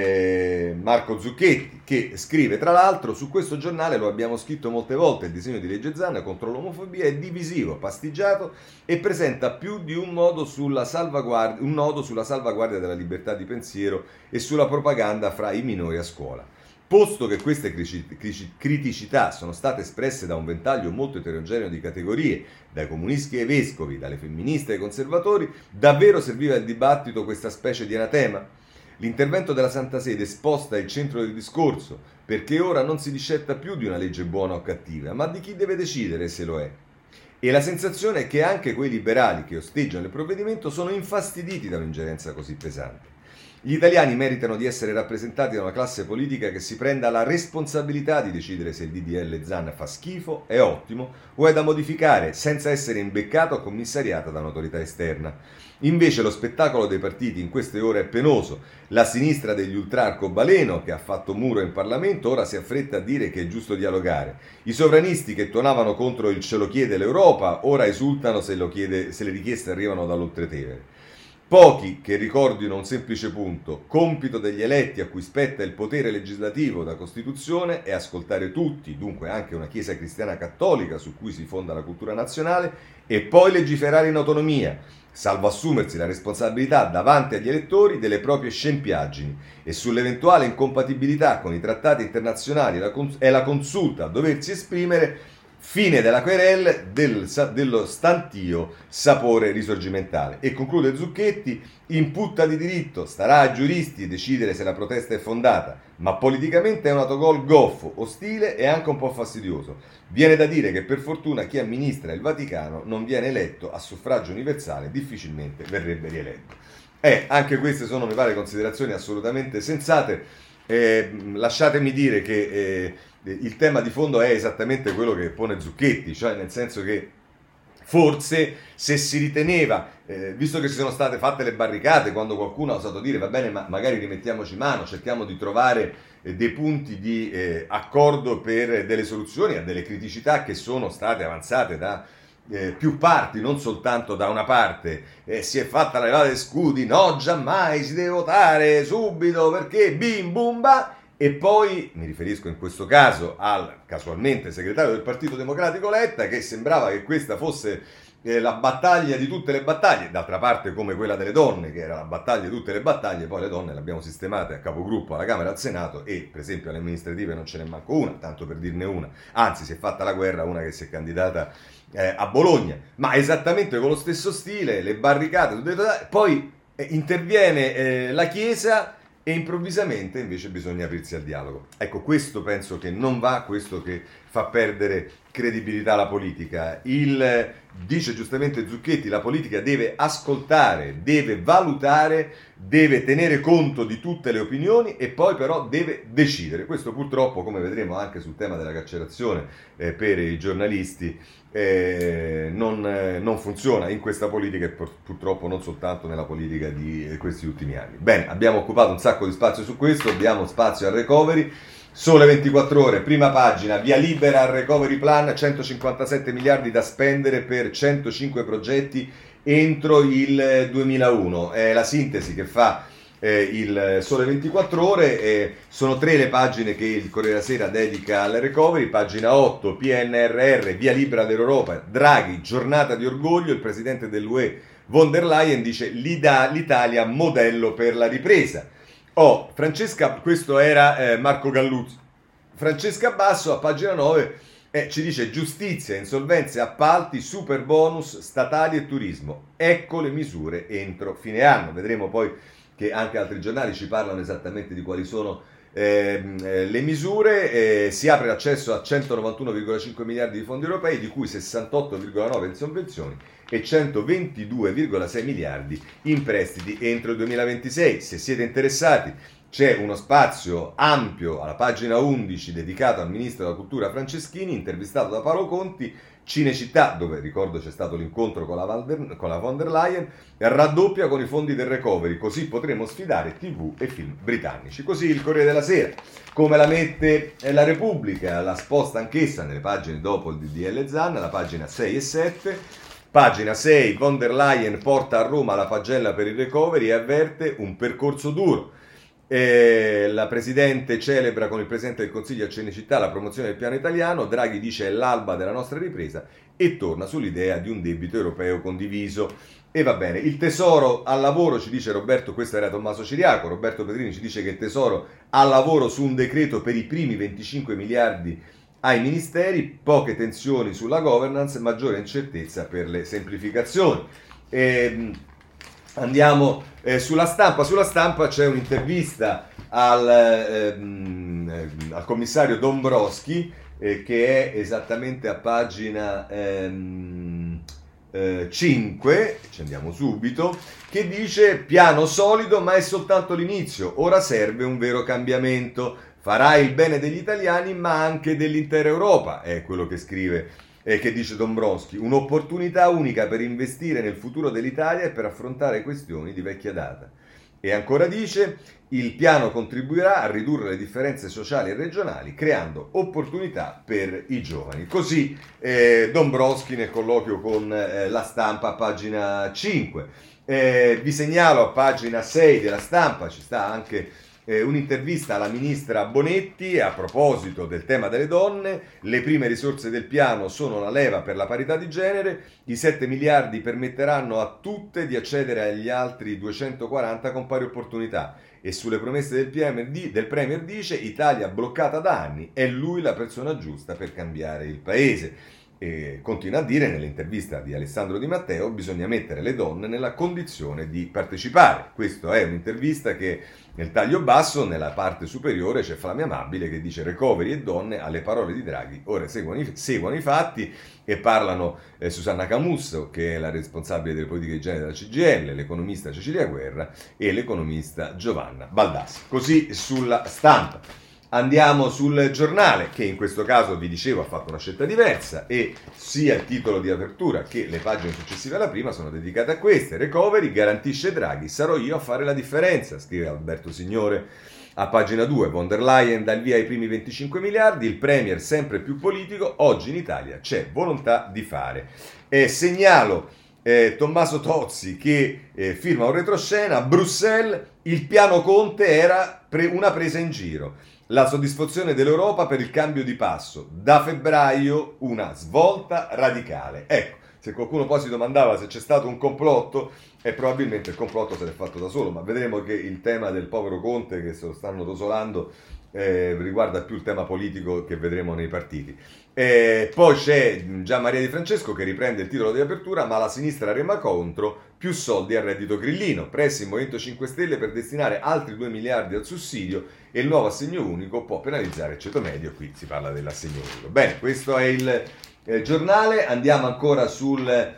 Speaker 1: eh, Marco Zucchetti, che scrive: tra l'altro su questo giornale, lo abbiamo scritto molte volte, il disegno di legge Zan contro l'omofobia è divisivo, pastiggiato e presenta più di un modo sulla salvaguardia, un nodo sulla salvaguardia della libertà di pensiero e sulla propaganda fra i minori a scuola. Posto che queste criticità sono state espresse da un ventaglio molto eterogeneo di categorie, dai comunisti ai vescovi, dalle femministe ai conservatori, davvero serviva il dibattito questa specie di anatema? L'intervento della Santa Sede sposta il centro del discorso, perché ora non si discetta più di una legge buona o cattiva, ma di chi deve decidere se lo è. E la sensazione è che anche quei liberali che osteggiano il provvedimento sono infastiditi da un'ingerenza così pesante. Gli italiani meritano di essere rappresentati da una classe politica che si prenda la responsabilità di decidere se il D D L Zan fa schifo, è ottimo o è da modificare senza essere imbeccato o commissariato da un'autorità esterna. Invece lo spettacolo dei partiti in queste ore è penoso. La sinistra degli ultra arcobaleno, che ha fatto muro in Parlamento, ora si affretta a dire che è giusto dialogare. I sovranisti che tuonavano contro il ce lo chiede l'Europa ora esultano se, lo chiede, se le richieste arrivano dall'oltretevere. Pochi che ricordino un semplice punto: compito degli eletti a cui spetta il potere legislativo da Costituzione è ascoltare tutti, dunque anche una Chiesa cristiana cattolica su cui si fonda la cultura nazionale, e poi legiferare in autonomia, salvo assumersi la responsabilità davanti agli elettori delle proprie scempiaggini, e sull'eventuale incompatibilità con i trattati internazionali è la consulta a doversi esprimere. Fine della querelle del, dello stantio sapore risorgimentale. E conclude Zucchetti: in putta di diritto starà ai giuristi decidere se la protesta è fondata, ma politicamente è un autogol goffo, ostile e anche un po' fastidioso. Viene da dire che per fortuna chi amministra il Vaticano non viene eletto a suffragio universale, difficilmente verrebbe rieletto. Eh, anche queste sono, mi pare, considerazioni assolutamente sensate. Eh, lasciatemi dire che eh, il tema di fondo è esattamente quello che pone Zucchetti, cioè nel senso che forse se si riteneva, eh, visto che ci sono state fatte le barricate, quando qualcuno ha osato dire va bene, ma magari rimettiamoci mano, cerchiamo di trovare eh, dei punti di eh, accordo per delle soluzioni a delle criticità che sono state avanzate da Eh, più parti, non soltanto da una parte. Eh, si è fatta la levata dei scudi, no, giammai, si deve votare subito perché bim bumba, e poi mi riferisco in questo caso al casualmente segretario del Partito Democratico Letta, che sembrava che questa fosse eh, la battaglia di tutte le battaglie, d'altra parte come quella delle donne, che era la battaglia di tutte le battaglie. Poi le donne le abbiamo sistemate a capogruppo alla Camera e al Senato, e per esempio alle amministrative non ce n'è manco una, tanto per dirne una, anzi si è fatta la guerra una che si è candidata Eh, a Bologna, ma esattamente con lo stesso stile, le barricate, poi eh, interviene eh, la Chiesa e improvvisamente invece bisogna aprirsi al dialogo. Ecco, questo penso che non va, questo che fa perdere credibilità alla politica. Il, dice giustamente Zucchetti, la politica deve ascoltare, deve valutare, deve tenere conto di tutte le opinioni e poi però deve decidere. Questo purtroppo, come vedremo anche sul tema della carcerazione eh, per i giornalisti, eh, non, eh, non funziona in questa politica e pur, purtroppo non soltanto nella politica di eh, questi ultimi anni. Bene, abbiamo occupato un sacco di spazio su questo, diamo spazio al recovery. Sole ventiquattro ore, prima pagina, via libera al recovery plan, centocinquantasette miliardi da spendere per centocinque progetti entro il duemilauno. È la sintesi che fa eh, il Sole ventiquattro Ore. Eh, sono tre le pagine che il Corriere della Sera dedica al recovery. Pagina otto, P N R R, via libera dell'Europa, Draghi, giornata di orgoglio, il presidente dell'U E von der Leyen dice l'Italia modello per la ripresa. Oh, Francesca, questo era eh, Marco Galluzzi. Francesca Basso a pagina nove eh, ci dice giustizia, insolvenze, appalti, super bonus, statali e turismo. Ecco le misure entro fine anno. Vedremo poi che anche altri giornali ci parlano esattamente di quali sono eh, eh, le misure. Eh, si apre l'accesso a centonovantuno virgola cinque miliardi di fondi europei, di cui sessantotto virgola nove in sovvenzioni e centoventidue virgola sei miliardi in prestiti entro il duemilaventisei. Se siete interessati, c'è uno spazio ampio alla pagina undici dedicato al ministro della cultura Franceschini, intervistato da Paolo Conti. Cinecittà, dove ricordo c'è stato l'incontro con la, Valder, con la von der Leyen, raddoppia con i fondi del recovery, così potremo sfidare tivù e film britannici. Così il Corriere della Sera. Come la mette la Repubblica, la sposta anch'essa nelle pagine dopo il D D L Zan, la pagina sei e sette. Pagina sei, von der Leyen porta a Roma la pagella per il recovery e avverte un percorso duro. Eh, la Presidente celebra con il Presidente del Consiglio a Cinecittà la promozione del piano italiano. Draghi dice è l'alba della nostra ripresa e torna sull'idea di un debito europeo condiviso. E va bene, il Tesoro al lavoro, ci dice Roberto, questo era Tommaso Ciriaco, Roberto Petrini ci dice che il Tesoro al lavoro su un decreto per i primi venticinque miliardi ai ministeri, poche tensioni sulla governance, maggiore incertezza per le semplificazioni. E, andiamo eh, sulla stampa. Sulla stampa c'è un'intervista al, ehm, al commissario Dombrovskis eh, che è esattamente a pagina ehm, eh, cinque, ci andiamo subito, che dice piano solido ma è soltanto l'inizio, ora serve un vero cambiamento. Farà il bene degli italiani ma anche dell'intera Europa, è quello che scrive, eh, che dice Dombrovskis. Un'opportunità unica per investire nel futuro dell'Italia e per affrontare questioni di vecchia data. E ancora dice, il piano contribuirà a ridurre le differenze sociali e regionali, creando opportunità per i giovani. Così eh, Dombrovskis nel colloquio con eh, la Stampa a pagina cinque. Eh, vi segnalo a pagina sei della Stampa, ci sta anche Eh, un'intervista alla ministra Bonetti a proposito del tema delle donne. Le prime risorse del piano sono la leva per la parità di genere, i sette miliardi permetteranno a tutte di accedere agli altri duecentoquaranta con pari opportunità. E sulle promesse del, P M D, del Premier dice Italia bloccata da anni, è lui la persona giusta per cambiare il paese. E continua a dire nell'intervista di Alessandro Di Matteo bisogna mettere le donne nella condizione di partecipare. Questa è un'intervista che nel taglio basso, nella parte superiore, c'è Flavia Amabile che dice recovery e donne alle parole di Draghi. Ora seguono i, seguono i fatti e parlano eh, Susanna Camusso, che è la responsabile delle politiche di genere della C G I L, l'economista Cecilia Guerra e l'economista Giovanna Baldassi. Così sulla Stampa. Andiamo sul Giornale, che in questo caso, vi dicevo, ha fatto una scelta diversa e sia il titolo di apertura che le pagine successive alla prima sono dedicate a queste. Recovery, garantisce Draghi, sarò io a fare la differenza, scrive Alberto Signore a pagina due. Von der Leyen dà il via ai primi venticinque miliardi, il Premier sempre più politico, oggi in Italia c'è volontà di fare. E segnalo eh, Tommaso Tozzi che eh, firma un retroscena, a Bruxelles il piano Conte era pre- una presa in giro. La soddisfazione dell'Europa per il cambio di passo. Da febbraio una svolta radicale. Ecco, se qualcuno poi si domandava se c'è stato un complotto, e probabilmente il complotto se l'è fatto da solo, ma vedremo che il tema del povero Conte che se lo stanno rosolando eh, riguarda più il tema politico che vedremo nei partiti. E poi c'è Gian Maria Di Francesco che riprende il titolo di apertura, ma la sinistra rema contro, più soldi al reddito grillino, pressi il Movimento cinque Stelle per destinare altri due miliardi al sussidio e il nuovo assegno unico può penalizzare il ceto medio, qui si parla dell'assegno unico. Bene, questo è il eh, giornale, andiamo ancora sul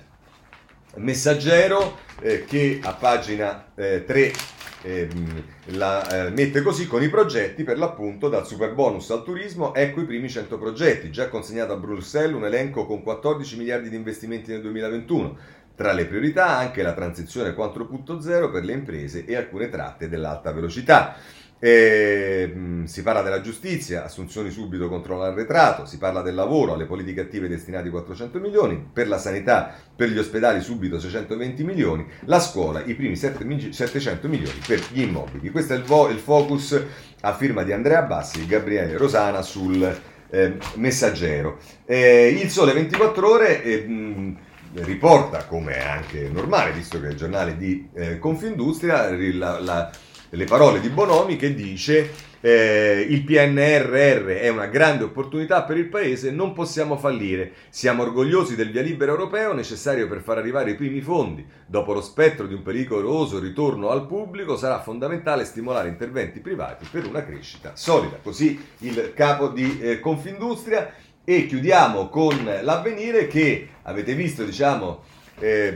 Speaker 1: Messaggero eh, che a pagina eh, tre eh, la eh, mette così: con i progetti per l'appunto dal super bonus al turismo, ecco i primi cento progetti, già consegnato a Bruxelles un elenco con quattordici miliardi di investimenti nel duemilaventuno. Tra le priorità anche la transizione quattro punto zero per le imprese e alcune tratte dell'alta velocità. E, mh, si parla della giustizia, assunzioni subito contro l'arretrato, si parla del lavoro, alle politiche attive destinati quattrocento milioni, per la sanità, per gli ospedali subito seicentoventi milioni, la scuola i primi settecento milioni per gli immobili. Questo è il, vo- il focus a firma di Andrea Bassi e Gabriele Rosana sul eh, Messaggero. Eh, il Sole ventiquattro Ore eh, mh, riporta, come è anche normale, visto che è il giornale di eh, Confindustria, la, la le parole di Bonomi che dice eh, il P N R R è una grande opportunità per il paese, non possiamo fallire, siamo orgogliosi del via libera europeo necessario per far arrivare i primi fondi, dopo lo spettro di un pericoloso ritorno al pubblico sarà fondamentale stimolare interventi privati per una crescita solida. Così il capo di eh, Confindustria. E chiudiamo con l'Avvenire che avete visto, diciamo, Eh,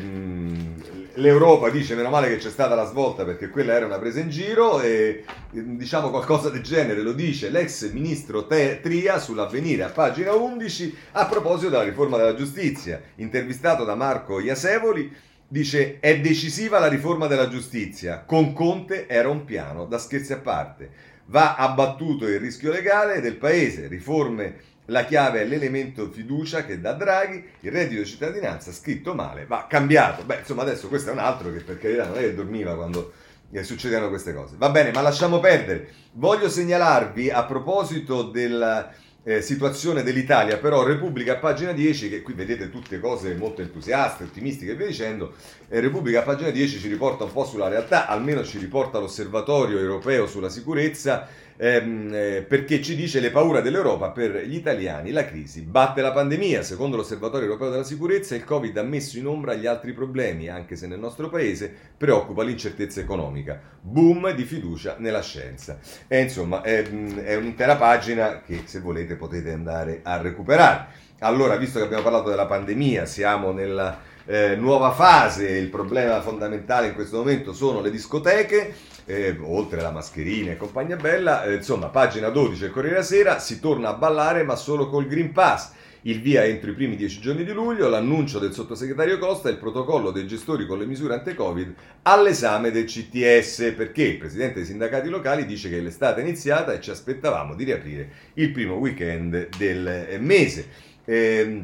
Speaker 1: l'Europa dice meno male che c'è stata la svolta perché quella era una presa in giro e diciamo qualcosa del genere lo dice l'ex ministro Te- Tria sull'Avvenire a pagina undici a proposito della riforma della giustizia, intervistato da Marco Iasevoli. Dice è decisiva la riforma della giustizia, con Conte era un piano, da scherzi a parte, va abbattuto il rischio legale del paese, riforme. La chiave è l'elemento fiducia che dà Draghi, il reddito di cittadinanza scritto male, va cambiato. Beh, insomma, adesso questo è un altro che per carità non è che dormiva quando eh, succedevano queste cose. Va bene, ma lasciamo perdere. Voglio segnalarvi a proposito della eh, situazione dell'Italia, però Repubblica a pagina dieci, che qui vedete tutte cose molto entusiaste, ottimistiche e via dicendo, eh, Repubblica a pagina dieci ci riporta un po' sulla realtà, almeno ci riporta l'Osservatorio Europeo sulla Sicurezza, Ehm, eh, perché ci dice le paure dell'Europa per gli italiani, la crisi batte la pandemia, secondo l'Osservatorio Europeo della Sicurezza il Covid ha messo in ombra gli altri problemi, anche se nel nostro paese preoccupa l'incertezza economica, boom di fiducia nella scienza. E insomma è, è un'intera pagina che se volete potete andare a recuperare. Allora, visto che abbiamo parlato della pandemia, siamo nella eh, nuova fase, il problema fondamentale in questo momento sono le discoteche. Eh, oltre alla mascherina e compagnia bella, eh, insomma, pagina dodici del Corriere della Sera, si torna a ballare ma solo col Green Pass, il via entro i primi dieci giorni di luglio, l'annuncio del sottosegretario Costa e il protocollo dei gestori con le misure anti-Covid all'esame del C T S, perché il presidente dei sindacati locali dice che l'estate è iniziata e ci aspettavamo di riaprire il primo weekend del mese. Eh,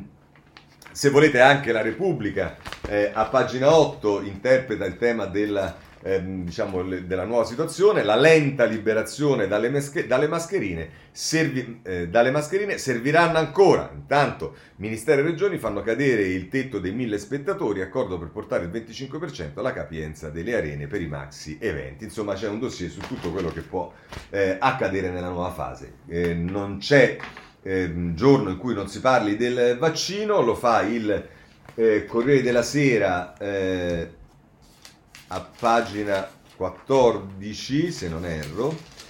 Speaker 1: se volete anche la Repubblica eh, a pagina otto interpreta il tema della Eh, diciamo le, della nuova situazione, la lenta liberazione dalle, mesche, dalle, mascherine, servi, eh, dalle mascherine serviranno ancora. Intanto Ministero e Regioni fanno cadere il tetto dei mille spettatori, accordo per portare il venticinque per cento alla capienza delle arene per i maxi eventi. Insomma c'è un dossier su tutto quello che può eh, accadere nella nuova fase. Eh, non c'è eh, giorno in cui non si parli del vaccino, lo fa il eh, Corriere della Sera eh, a pagina quattordici, se non erro,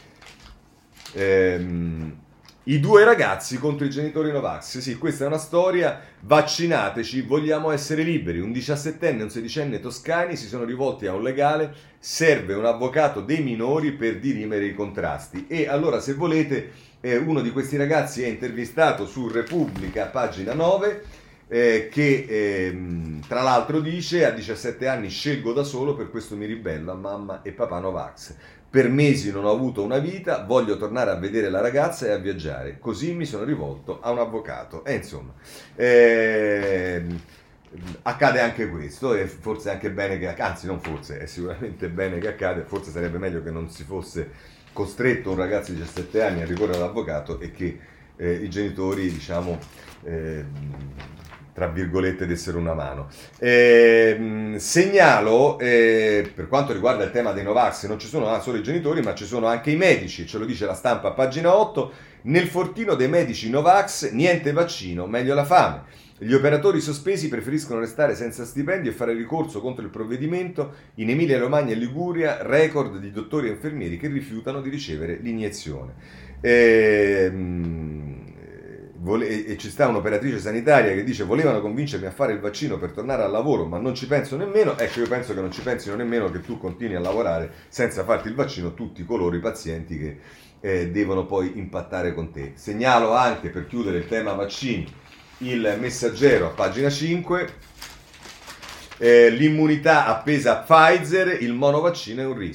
Speaker 1: ehm, i due ragazzi contro i genitori Novax. Sì, questa è una storia, vaccinateci, vogliamo essere liberi. Un diciassettenne e un sedicenne toscani si sono rivolti a un legale, serve un avvocato dei minori per dirimere i contrasti. E allora, se volete, eh, uno di questi ragazzi è intervistato su Repubblica, pagina nove, Eh, che ehm, tra l'altro dice a diciassette anni scelgo da solo, per questo mi ribello a mamma e papà Novax, per mesi non ho avuto una vita, voglio tornare a vedere la ragazza e a viaggiare, così mi sono rivolto a un avvocato. E insomma ehm, accade anche questo, e forse è anche bene che, anzi non forse, è sicuramente bene che accade, forse sarebbe meglio che non si fosse costretto un ragazzo di diciassette anni a ricorrere all'avvocato e che eh, i genitori, diciamo, eh, tra virgolette, dessero una mano. Eh, segnalo, eh, per quanto riguarda il tema dei Novax, non ci sono solo i genitori, ma ci sono anche i medici, ce lo dice la Stampa a pagina otto, nel fortino dei medici Novax, niente vaccino, meglio la fame. Gli operatori sospesi preferiscono restare senza stipendio e fare ricorso contro il provvedimento. In Emilia Romagna e Liguria, record di dottori e infermieri che rifiutano di ricevere l'iniezione. Eh, E ci sta un'operatrice sanitaria che dice volevano convincermi a fare il vaccino per tornare al lavoro ma non ci penso nemmeno. Ecco, io penso che non ci pensino nemmeno che tu continui a lavorare senza farti il vaccino, tutti coloro i pazienti che eh, devono poi impattare con te. Segnalo anche, per chiudere il tema vaccini, il Messaggero a pagina cinque, eh, l'immunità appesa a Pfizer, il monovaccino è un rischio.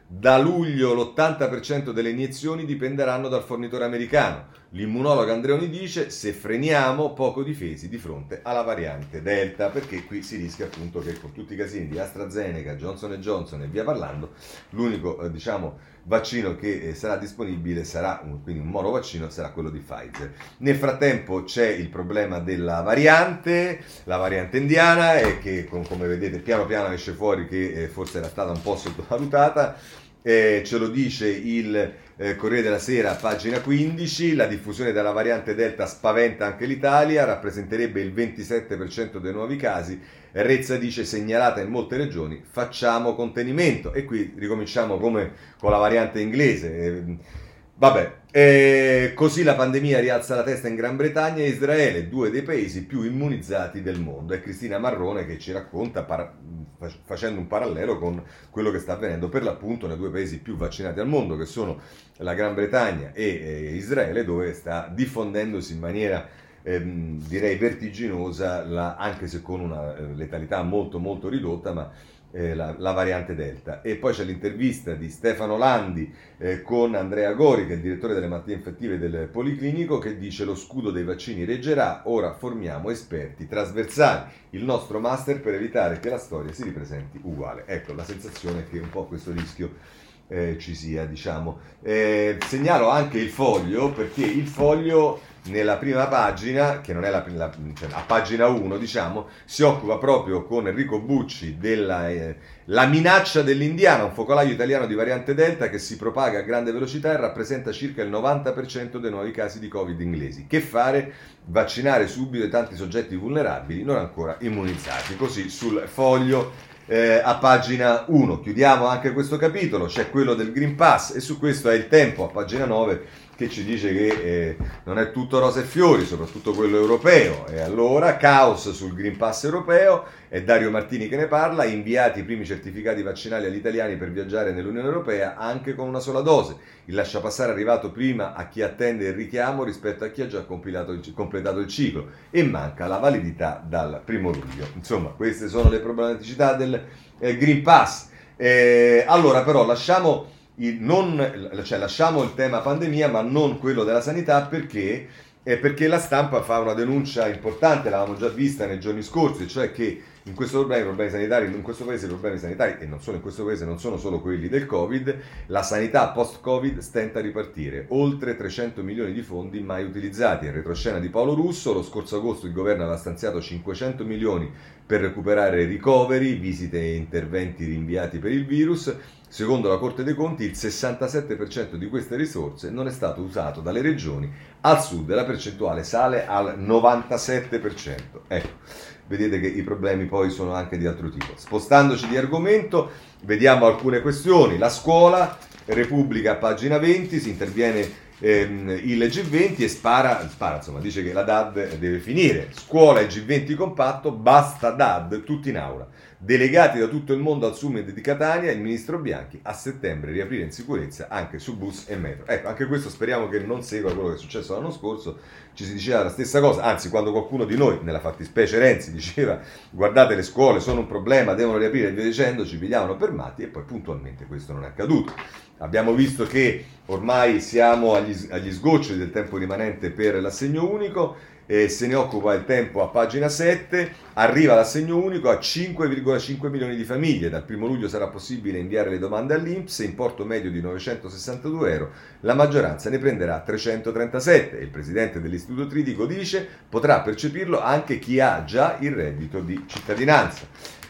Speaker 1: Da luglio l'ottanta per cento delle iniezioni dipenderanno dal fornitore americano. L'immunologo Andreoni dice: se freniamo, poco difesi di fronte alla variante Delta, perché qui si rischia appunto che con tutti i casini di AstraZeneca, Johnson and Johnson e via parlando, l'unico eh, diciamo vaccino che eh, sarà disponibile sarà un, quindi un monovaccino, sarà quello di Pfizer. Nel frattempo c'è il problema della variante, la variante indiana, e che com- come vedete piano piano esce fuori che eh, forse era stata un po' sottovalutata. Eh, ce lo dice il eh, Corriere della Sera, pagina quindici. La diffusione della variante Delta spaventa anche l'Italia, rappresenterebbe il ventisette per cento dei nuovi casi. Rezza dice: segnalata in molte regioni, facciamo contenimento. E qui ricominciamo come con la variante inglese. Eh, vabbè, eh, così la pandemia rialza la testa in Gran Bretagna e Israele, due dei paesi più immunizzati del mondo. È Cristina Marrone che ci racconta, para- facendo un parallelo con quello che sta avvenendo per l'appunto nei due paesi più vaccinati al mondo, che sono la Gran Bretagna e eh, Israele, dove sta diffondendosi in maniera ehm, direi vertiginosa, la, anche se con una eh, letalità molto molto ridotta, ma eh, la, la variante Delta. E poi c'è l'intervista di Stefano Landi eh, con Andrea Gori, che è il direttore delle malattie infettive del Policlinico, che dice: lo scudo dei vaccini reggerà, ora formiamo esperti trasversali, il nostro master per evitare che la storia si ripresenti uguale. Ecco, la sensazione è che un po' questo rischio eh, ci sia, diciamo. Eh, segnalo anche il Foglio, perché il Foglio nella prima pagina, che non è la, la cioè, a pagina uno, diciamo, si occupa proprio con Enrico Bucci della eh, la minaccia dell'Indiana, un focolaio italiano di variante Delta che si propaga a grande velocità e rappresenta circa il novanta per cento dei nuovi casi di Covid inglesi. Che fare? Vaccinare subito i tanti soggetti vulnerabili non ancora immunizzati. Così sul Foglio. Eh, a pagina uno. Chiudiamo anche questo capitolo, c'è quello del Green Pass, e su questo è il Tempo a pagina nove che ci dice che eh, non è tutto rose e fiori, soprattutto quello europeo. E allora caos sul Green Pass europeo, è Dario Martini che ne parla: inviati i primi certificati vaccinali agli italiani per viaggiare nell'Unione Europea anche con una sola dose. Il lasciapassare è arrivato prima a chi attende il richiamo rispetto a chi ha già compilato il, completato il ciclo, e manca la validità dal primo luglio. Insomma, queste sono le problematicità del eh, Green Pass. Eh, allora però lasciamo il, non, cioè, lasciamo il tema pandemia, ma non quello della sanità, perché eh, perché la stampa fa una denuncia importante, l'avevamo già vista nei giorni scorsi, cioè che in questo problema, i problemi sanitari, in questo paese i problemi sanitari, e non solo in questo paese, non sono solo quelli del Covid. La sanità post-Covid stenta a ripartire, oltre trecento milioni di fondi mai utilizzati. In retroscena di Paolo Russo, lo scorso agosto il governo aveva stanziato cinquecento milioni per recuperare ricoveri, visite e interventi rinviati per il virus. Secondo la Corte dei Conti il sessantasette per cento di queste risorse non è stato usato dalle regioni, al sud la percentuale sale al novantasette per cento. Ecco. Vedete che i problemi poi sono anche di altro tipo. Spostandoci di argomento, vediamo alcune questioni. La scuola, Repubblica, pagina venti, si interviene ehm, il G venti e spara, spara, insomma, dice che la D A D deve finire. Scuola e G venti compatto, basta D A D, tutti in aula. Delegati da tutto il mondo al summit di Catania, il ministro Bianchi: a settembre riaprire in sicurezza anche su bus e metro. Ecco, anche questo speriamo che non segua quello che è successo l'anno scorso. Ci si diceva la stessa cosa, anzi quando qualcuno di noi, nella fattispecie Renzi, diceva: guardate, le scuole sono un problema, devono riaprire, e via dicendo, ci pigliavano per matti, e poi puntualmente questo non è accaduto. Abbiamo visto che ormai siamo agli, agli sgoccioli del tempo rimanente per l'assegno unico. E se ne occupa il Tempo a pagina sette. Arriva l'assegno unico a cinque virgola cinque milioni di famiglie. Dal primo luglio sarà possibile inviare le domande all'I N P S, importo medio di novecentosessantadue euro. La maggioranza ne prenderà trecentotrentasette. Il presidente dell'Istituto Tridico dice: potrà percepirlo anche chi ha già il reddito di cittadinanza.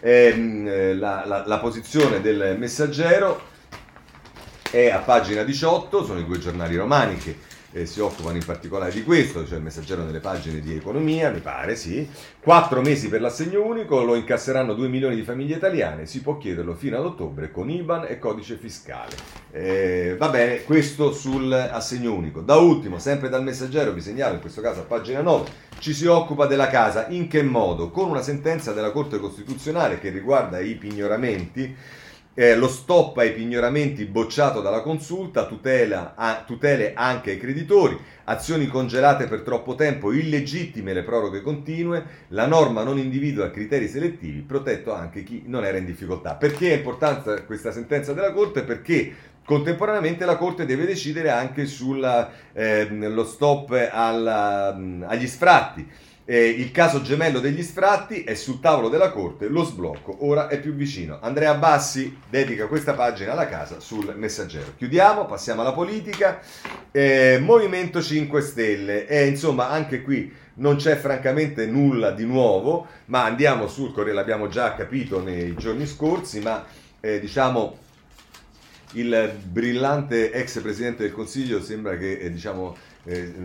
Speaker 1: Ehm, la, la, la posizione del Messaggero è a pagina diciotto. Sono i due giornali romani che Eh, si occupano in particolare di questo, cioè il Messaggero nelle pagine di economia, mi pare, sì. Quattro mesi per l'assegno unico, lo incasseranno due milioni di famiglie italiane, si può chiederlo fino ad ottobre con I B A N e codice fiscale. Eh, va bene, questo sull'assegno unico. Da ultimo, sempre dal Messaggero, vi segnalo, in questo caso a pagina nove, ci si occupa della casa. In che modo? Con una sentenza della Corte Costituzionale che riguarda i pignoramenti, Eh, lo stop ai pignoramenti bocciato dalla consulta, tutela a, tutele anche ai creditori, azioni congelate per troppo tempo, illegittime le proroghe continue, la norma non individua criteri selettivi, protetto anche chi non era in difficoltà. Perché è importante questa sentenza della Corte? Perché contemporaneamente la Corte deve decidere anche sullo eh, stop alla, agli sfratti. Eh, il caso gemello degli sfratti è sul tavolo della Corte, lo sblocco ora è più vicino. Andrea Bassi dedica questa pagina alla casa sul Messaggero. Chiudiamo, passiamo alla politica. Eh, Movimento cinque Stelle, e eh, insomma anche qui non c'è francamente nulla di nuovo, ma andiamo sul Corriere, l'abbiamo già capito nei giorni scorsi, ma eh, diciamo il brillante ex Presidente del Consiglio sembra che eh, diciamo, eh,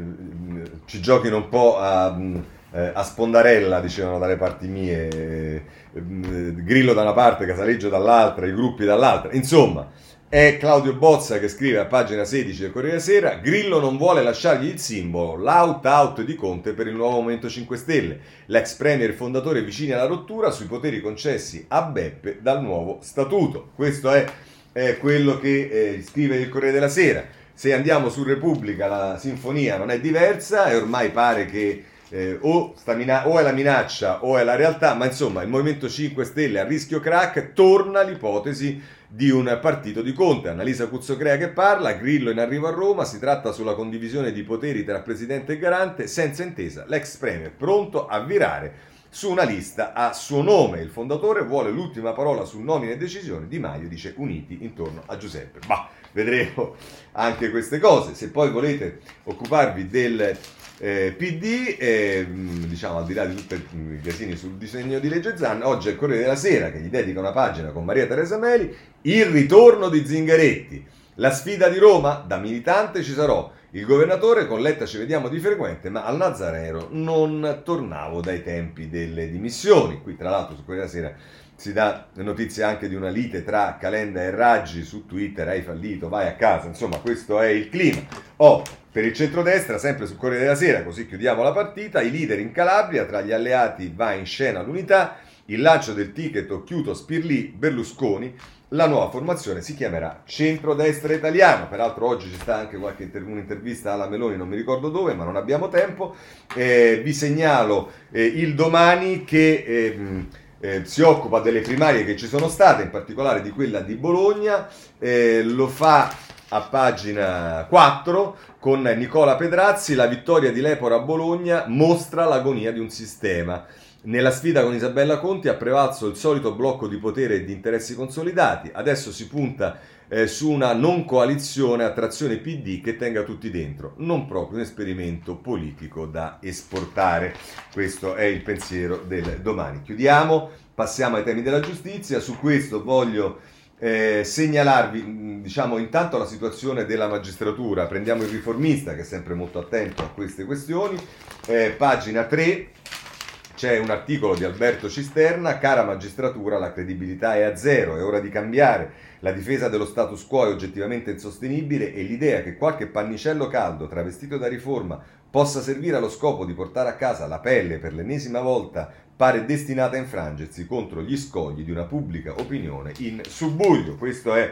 Speaker 1: ci giochino un po' a... Eh, a spondarella, dicevano dalle parti mie, eh, eh, Grillo da una parte, Casaleggio dall'altra, i gruppi dall'altra. Insomma, è Claudio Bozza che scrive a pagina sedici del Corriere della Sera: Grillo non vuole lasciargli il simbolo, l'out-out di Conte per il nuovo Movimento cinque Stelle. L'ex premier fondatore vicini alla rottura sui poteri concessi a Beppe dal nuovo statuto. Questo è, è quello che eh, scrive il Corriere della Sera. Se andiamo su Repubblica, la sinfonia non è diversa e ormai pare che Eh, o, sta mina- o è la minaccia o è la realtà, ma insomma il Movimento cinque Stelle a rischio crack, torna l'ipotesi di un partito di Conte. Annalisa Cuzzocrea che parla, Grillo in arrivo a Roma, si tratta sulla condivisione di poteri tra Presidente e Garante, senza intesa, l'ex Premier pronto a virare su una lista a suo nome. Il fondatore vuole l'ultima parola su nomine e decisioni, Di Maio dice uniti intorno a Giuseppe. Bah, vedremo anche queste cose. Se poi volete occuparvi del Eh, P D, eh, diciamo al di là di tutti i casini sul disegno di legge Zan, oggi è il Corriere della Sera che gli dedica una pagina con Maria Teresa Meli, il ritorno di Zingaretti, la sfida di Roma, da militante ci sarò, il governatore con Letta ci vediamo di frequente, ma al Nazareno non tornavo dai tempi delle dimissioni. Qui tra l'altro sul Corriere della Sera si dà notizia anche di una lite tra Calenda e Raggi su Twitter, hai fallito, vai a casa, insomma questo è il clima. Oh, per il centrodestra, sempre sul Corriere della Sera, così chiudiamo la partita, i leader in Calabria, tra gli alleati va in scena l'unità, il lancio del ticket occhiuto Spirlì Berlusconi, la nuova formazione si chiamerà Centrodestra Italiano. Peraltro oggi ci sta anche qualche inter- un'intervista alla Meloni, non mi ricordo dove, ma non abbiamo tempo. Eh, vi segnalo eh, il Domani che eh, eh, si occupa delle primarie che ci sono state, in particolare di quella di Bologna, eh, lo fa a pagina quattro con Nicola Pedrazzi. La vittoria di Lepore a Bologna mostra l'agonia di un sistema. Nella sfida con Isabella Conti ha prevalso il solito blocco di potere e di interessi consolidati. Adesso si punta eh, su una non coalizione a trazione P D che tenga tutti dentro. Non proprio un esperimento politico da esportare. Questo è il pensiero del Domani. Chiudiamo, passiamo ai temi della giustizia. Su questo voglio Eh, segnalarvi, diciamo, intanto la situazione della magistratura. Prendiamo il Riformista, che è sempre molto attento a queste questioni. Eh, pagina tre, c'è un articolo di Alberto Cisterna: cara magistratura, la credibilità è a zero, è ora di cambiare. La difesa dello status quo è oggettivamente insostenibile e l'idea che qualche pannicello caldo travestito da riforma possa servire allo scopo di portare a casa la pelle per l'ennesima volta pare destinata a infrangersi contro gli scogli di una pubblica opinione in subbuglio. Questo è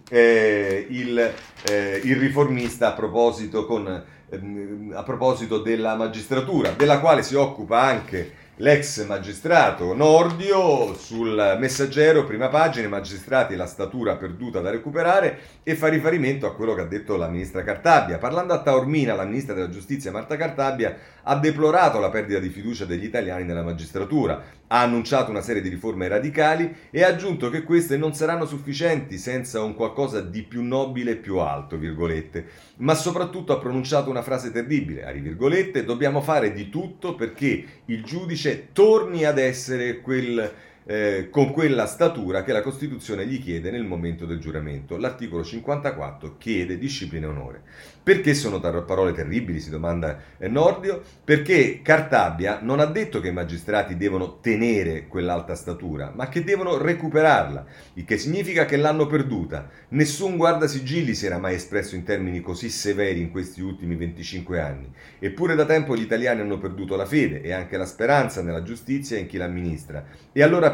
Speaker 1: eh, il, eh, il Riformista a proposito, con, eh, a proposito della magistratura, della quale si occupa anche l'ex magistrato Nordio. Sul Messaggero, prima pagina, i magistrati e la statura perduta da recuperare, e fa riferimento a quello che ha detto la ministra Cartabia. Parlando a Taormina, la ministra della giustizia Marta Cartabia ha deplorato la perdita di fiducia degli italiani nella magistratura, ha annunciato una serie di riforme radicali e ha aggiunto che queste non saranno sufficienti senza un qualcosa di più nobile e più alto, virgolette, ma soprattutto ha pronunciato una frase terribile, a virgolette: dobbiamo fare di tutto perché il giudice torni ad essere quel eh, con quella statura che la Costituzione gli chiede nel momento del giuramento. L'articolo cinquantaquattro chiede disciplina e onore. Perché sono tar- parole terribili, si domanda eh, Nordio? Perché Cartabia non ha detto che i magistrati devono tenere quell'alta statura, ma che devono recuperarla, il che significa che l'hanno perduta. Nessun guardasigilli si era mai espresso in termini così severi in questi ultimi venticinque anni. Eppure da tempo gli italiani hanno perduto la fede e anche la speranza nella giustizia e in chi l'amministra. E allora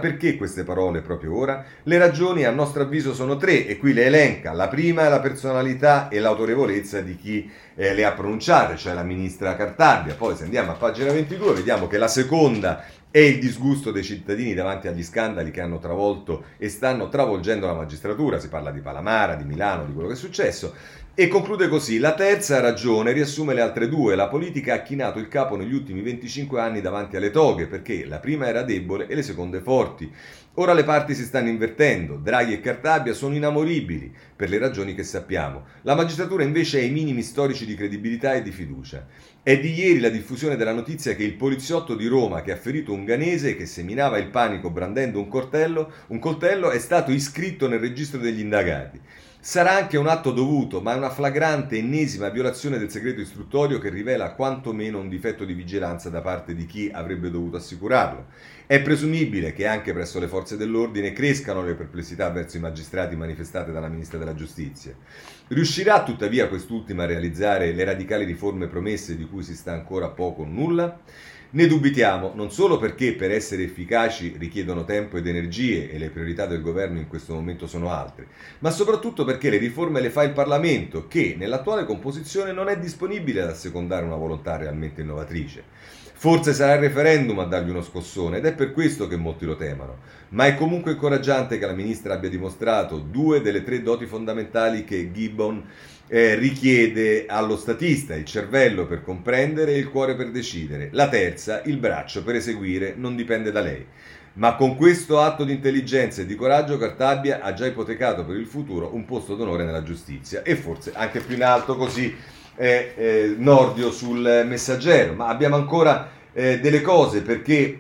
Speaker 1: perché queste parole proprio ora? Le ragioni a nostro avviso sono tre e qui le elenca. La prima è la personalità e l'autorevolezza di chi eh, le ha pronunciate, cioè la ministra Cartabia. Poi se andiamo a pagina ventidue vediamo che la seconda è il disgusto dei cittadini davanti agli scandali che hanno travolto e stanno travolgendo la magistratura. Si parla di Palamara, di Milano, di quello che è successo. E conclude così: la terza ragione riassume le altre due. La politica ha chinato il capo negli ultimi venticinque anni davanti alle toghe, perché la prima era debole e le seconde forti. Ora le parti si stanno invertendo. Draghi e Cartabia sono inamoribili per le ragioni che sappiamo. La magistratura invece è ai minimi storici di credibilità e di fiducia. È di ieri la diffusione della notizia che il poliziotto di Roma che ha ferito un ghanese che seminava il panico brandendo un coltello, un coltello è stato iscritto nel registro degli indagati. Sarà anche un atto dovuto, ma è una flagrante ennesima violazione del segreto istruttorio che rivela quantomeno un difetto di vigilanza da parte di chi avrebbe dovuto assicurarlo. È presumibile che anche presso le forze dell'ordine crescano le perplessità verso i magistrati manifestate dalla Ministra della Giustizia. Riuscirà tuttavia quest'ultima a realizzare le radicali riforme promesse di cui si sta ancora poco o nulla? Ne dubitiamo, non solo perché per essere efficaci richiedono tempo ed energie e le priorità del governo in questo momento sono altre, ma soprattutto perché le riforme le fa il Parlamento che, nell'attuale composizione, non è disponibile ad assecondare una volontà realmente innovatrice. Forse sarà il referendum a dargli uno scossone ed è per questo che molti lo temono, ma è comunque incoraggiante che la ministra abbia dimostrato due delle tre doti fondamentali che Gibbon eh, richiede allo statista: il cervello per comprendere e il cuore per decidere. La terza, il braccio per eseguire, non dipende da lei. Ma con questo atto di intelligenza e di coraggio Cartabia ha già ipotecato per il futuro un posto d'onore nella giustizia e forse anche più in alto, così è eh, Nordio sul Messaggero. Ma abbiamo ancora eh, delle cose, perché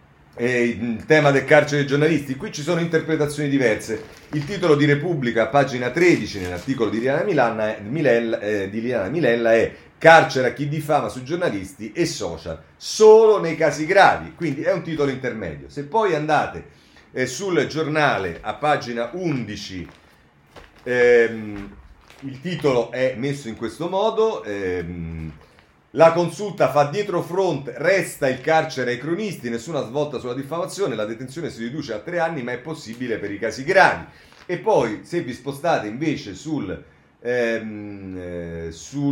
Speaker 1: eh, il tema del carcere dei giornalisti, qui ci sono interpretazioni diverse. Il titolo di Repubblica, pagina tredici, nell'articolo di Liliana Milana, Milella, eh, di Liliana Milella è: carcere a chi diffama su giornalisti e social solo nei casi gravi. Quindi è un titolo intermedio. Se poi andate eh, sul Giornale a pagina undici, ehm, il titolo è messo in questo modo: ehm, la consulta fa dietrofront, resta il carcere ai cronisti, nessuna svolta sulla diffamazione, la detenzione si riduce a tre anni ma è possibile per i casi gravi. E poi se vi spostate invece sul ehm, eh,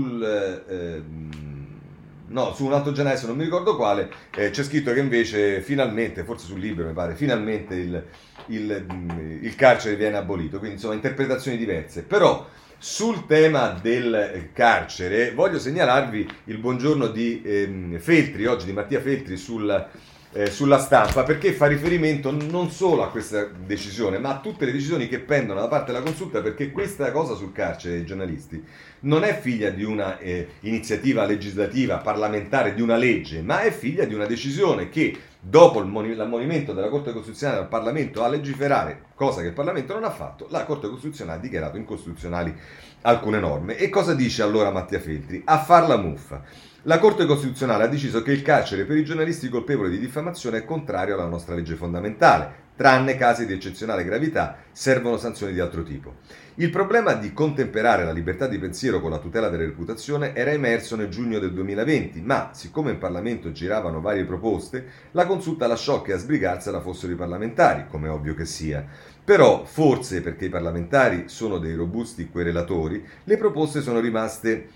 Speaker 1: sul ehm, no, su un altro giornale, adesso non mi ricordo quale, eh, c'è scritto che invece finalmente, forse sul Libero mi pare, finalmente il, il, il carcere viene abolito. Quindi insomma interpretazioni diverse. Però sul tema del carcere voglio segnalarvi il buongiorno di ehm, Feltri, oggi di Mattia Feltri sul, eh, sulla Stampa, perché fa riferimento non solo a questa decisione ma a tutte le decisioni che pendono da parte della consulta, perché questa cosa sul carcere dei giornalisti non è figlia di una eh, iniziativa legislativa parlamentare, di una legge, ma è figlia di una decisione che dopo l'ammonimento della Corte Costituzionale al Parlamento a legiferare, cosa che il Parlamento non ha fatto, la Corte Costituzionale ha dichiarato incostituzionali alcune norme. E cosa dice allora Mattia Feltri? A far la muffa: la Corte Costituzionale ha deciso che il carcere per i giornalisti colpevoli di diffamazione è contrario alla nostra legge fondamentale. Tranne casi di eccezionale gravità, servono sanzioni di altro tipo. Il problema di contemperare la libertà di pensiero con la tutela della reputazione era emerso nel giugno del duemilaventi, ma siccome in Parlamento giravano varie proposte, la consulta lasciò che a sbrigarsela fossero i parlamentari, come è ovvio che sia. Però, forse perché i parlamentari sono dei robusti querelatori, le proposte sono rimaste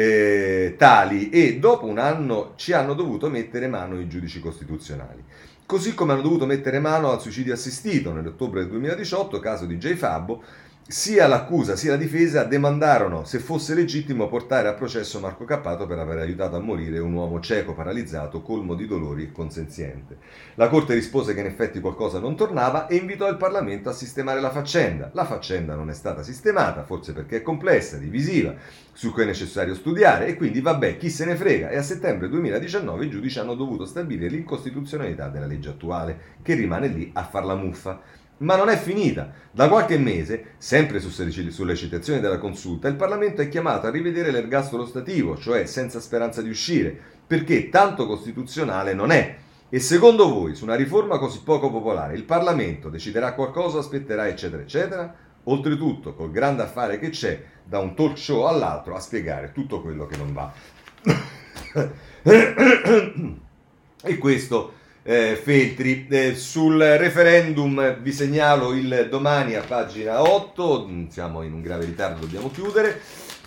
Speaker 1: eh, tali e dopo un anno ci hanno dovuto mettere mano i giudici costituzionali. Così come hanno dovuto mettere mano al suicidio assistito nell'ottobre del duemiladiciotto, caso di J. Fabbo. Sia l'accusa sia la difesa demandarono se fosse legittimo portare a processo Marco Cappato per aver aiutato a morire un uomo cieco, paralizzato, colmo di dolori e consenziente. La Corte rispose che in effetti qualcosa non tornava e invitò il Parlamento a sistemare la faccenda. La faccenda non è stata sistemata, forse perché è complessa, divisiva, su cui è necessario studiare, e quindi vabbè, chi se ne frega. E a settembre duemiladiciannove i giudici hanno dovuto stabilire l'incostituzionalità della legge attuale, che rimane lì a far la muffa. Ma non è finita. Da qualche mese, sempre sulle citazioni della consulta, il Parlamento è chiamato a rivedere l'ergastolo stativo, cioè senza speranza di uscire, perché tanto costituzionale non è. E secondo voi, su una riforma così poco popolare, il Parlamento deciderà qualcosa, aspetterà, eccetera, eccetera? Oltretutto, col grande affare che c'è, da un talk show all'altro, a spiegare tutto quello che non va. E questo eh, Feltri. Eh, sul referendum vi segnalo il Domani a pagina otto, siamo in un grave ritardo, dobbiamo chiudere.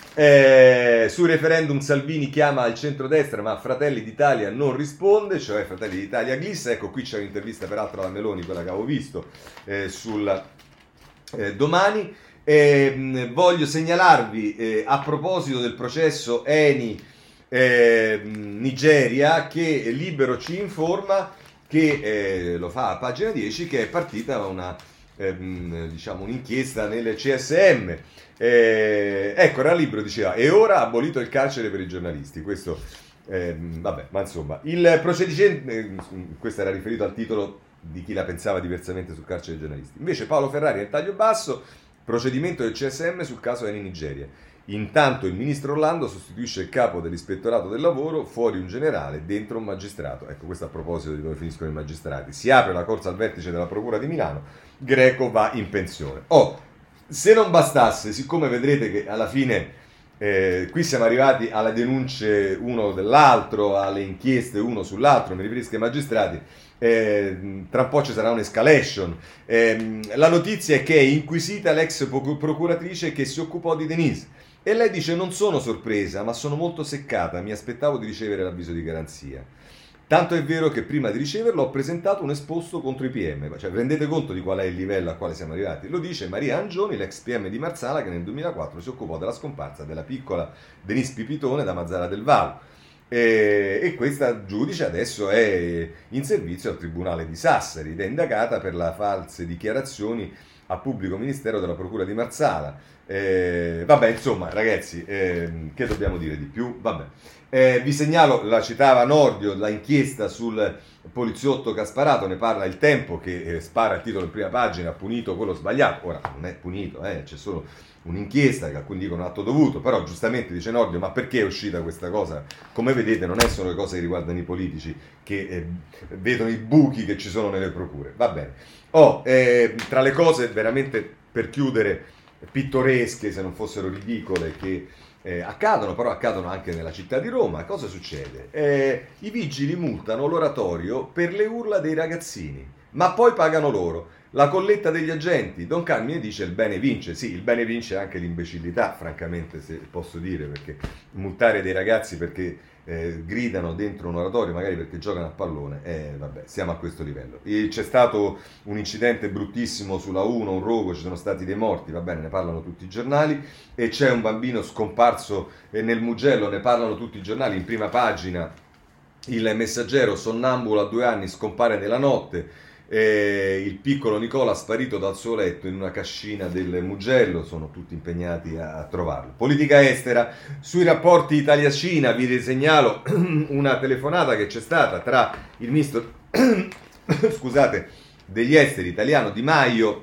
Speaker 1: Eh, sul referendum Salvini chiama al centrodestra ma Fratelli d'Italia non risponde, cioè Fratelli d'Italia glissa. Ecco, qui c'è un'intervista peraltro alla Meloni, quella che avevo visto eh, sul eh, Domani. Eh, voglio segnalarvi eh, a proposito del processo Eni eh, Nigeria che Libero ci informa che eh, lo fa a pagina dieci, che è partita una ehm, diciamo un'inchiesta nel C S M. Eh, ecco, era Libero diceva e ora ha abolito il carcere per i giornalisti. Questo ehm, vabbè, ma insomma il procedimento, eh, questo era riferito al titolo di chi la pensava diversamente sul carcere dei giornalisti. Invece Paolo Ferrari nel taglio basso: procedimento del C S M sul caso Eni Nigeria. Intanto il ministro Orlando sostituisce il capo dell'ispettorato del lavoro, fuori un generale, dentro un magistrato. Ecco, questo a proposito di dove finiscono i magistrati. Si apre la corsa al vertice della Procura di Milano, Greco va in pensione. Oh, se non bastasse, siccome vedrete che alla fine eh, qui siamo arrivati alle denunce uno dell'altro, alle inchieste uno sull'altro, mi riferisco ai magistrati, Eh, tra un po' ci sarà un'escalation. Eh, la notizia è che è inquisita l'ex procuratrice che si occupò di Denise e lei dice: non sono sorpresa, ma sono molto seccata, mi aspettavo di ricevere l'avviso di garanzia. Tanto è vero che prima di riceverlo ho presentato un esposto contro i P M. Cioè, rendete conto di qual è il livello a quale siamo arrivati? Lo dice Maria Angioni, l'ex P M di Marsala, che nel duemilaquattro si occupò della scomparsa della piccola Denise Pipitone da Mazzara del Vallo. E, e questa giudice adesso è in servizio al Tribunale di Sassari ed è indagata per le false dichiarazioni a pubblico ministero della Procura di Marsala. Eh, vabbè, insomma, ragazzi, eh, che dobbiamo dire di più? Vabbè. Eh, vi segnalo, la citava Nordio, la inchiesta sul poliziotto che ha sparato, ne parla Il Tempo, che eh, spara il titolo in prima pagina, punito quello sbagliato. Ora, non è punito, eh, c'è solo un'inchiesta che alcuni dicono atto dovuto, però giustamente dice Nordio: ma perché è uscita questa cosa? Come vedete non è solo le cose che riguardano i politici che eh, vedono i buchi che ci sono nelle procure. Va bene. Oh, eh, tra le cose veramente, per chiudere, pittoresche, se non fossero ridicole, che eh, accadono, però accadono anche nella città di Roma. Cosa succede? Eh, I vigili multano l'oratorio per le urla dei ragazzini, ma poi pagano loro. La colletta degli agenti. Don Carmine dice: il bene vince. Sì, il bene vince anche l'imbecillità, francamente, se posso dire, perché multare dei ragazzi perché eh, gridano dentro un oratorio, magari perché giocano a pallone, eh, vabbè, siamo a questo livello. E c'è stato un incidente bruttissimo sulla uno, un rogo, ci sono stati dei morti, va bene, ne parlano tutti i giornali, e c'è un bambino scomparso eh, nel Mugello, ne parlano tutti i giornali, in prima pagina Il Messaggero: sonnambulo a due anni scompare nella notte. Eh, il piccolo Nicola sparito dal suo letto in una cascina del Mugello, sono tutti impegnati a, a trovarlo. Politica estera, sui rapporti Italia-Cina vi segnalo una telefonata che c'è stata tra il ministro scusate, degli esteri italiano Di Maio.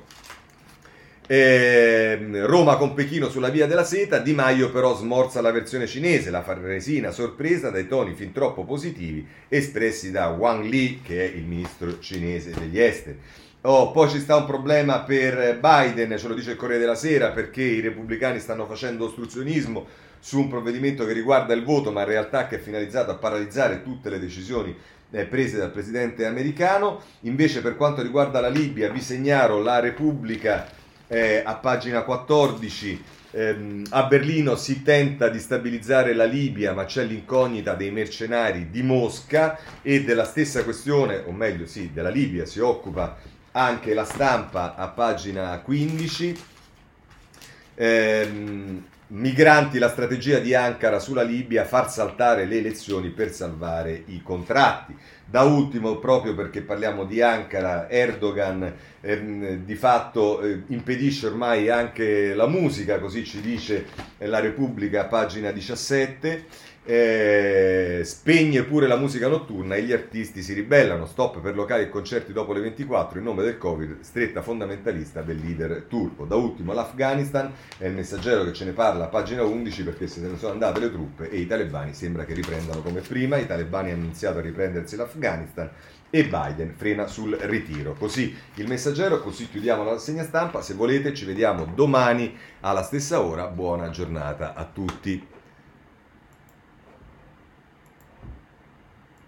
Speaker 1: Eh, Roma con Pechino sulla via della seta. Di Maio però smorza la versione cinese, la Farnesina sorpresa dai toni fin troppo positivi espressi da Wang Li, che è il ministro cinese degli esteri. Oh, poi ci sta un problema per Biden, ce lo dice il Corriere della Sera, perché i repubblicani stanno facendo ostruzionismo su un provvedimento che riguarda il voto, ma in realtà che è finalizzato a paralizzare tutte le decisioni eh, prese dal presidente americano. Invece, per quanto riguarda la Libia, vi segnalo la Repubblica. Eh, a pagina quattordici, ehm, a Berlino si tenta di stabilizzare la Libia, ma c'è l'incognita dei mercenari di Mosca, e della stessa questione, o meglio sì, della Libia si occupa anche La Stampa a pagina quindici. Ehm, migranti, la strategia di Ankara sulla Libia: far saltare le elezioni per salvare i contratti. Da ultimo, proprio perché parliamo di Ankara, Erdogan ehm, di fatto eh, impedisce ormai anche la musica, così ci dice eh, la Repubblica a pagina diciassette. Eh, spegne pure la musica notturna e gli artisti si ribellano, stop per locali e concerti dopo le ventiquattro in nome del Covid, stretta fondamentalista del leader turco. Da ultimo l'Afghanistan, è il Messaggero che ce ne parla a pagina undici, perché se ne sono andate le truppe e i talebani sembra che riprendano come prima. I talebani hanno iniziato a riprendersi l'Afghanistan e Biden frena sul ritiro. Così il Messaggero, così chiudiamo la rassegna stampa. Se volete ci vediamo domani alla stessa ora, buona giornata a tutti.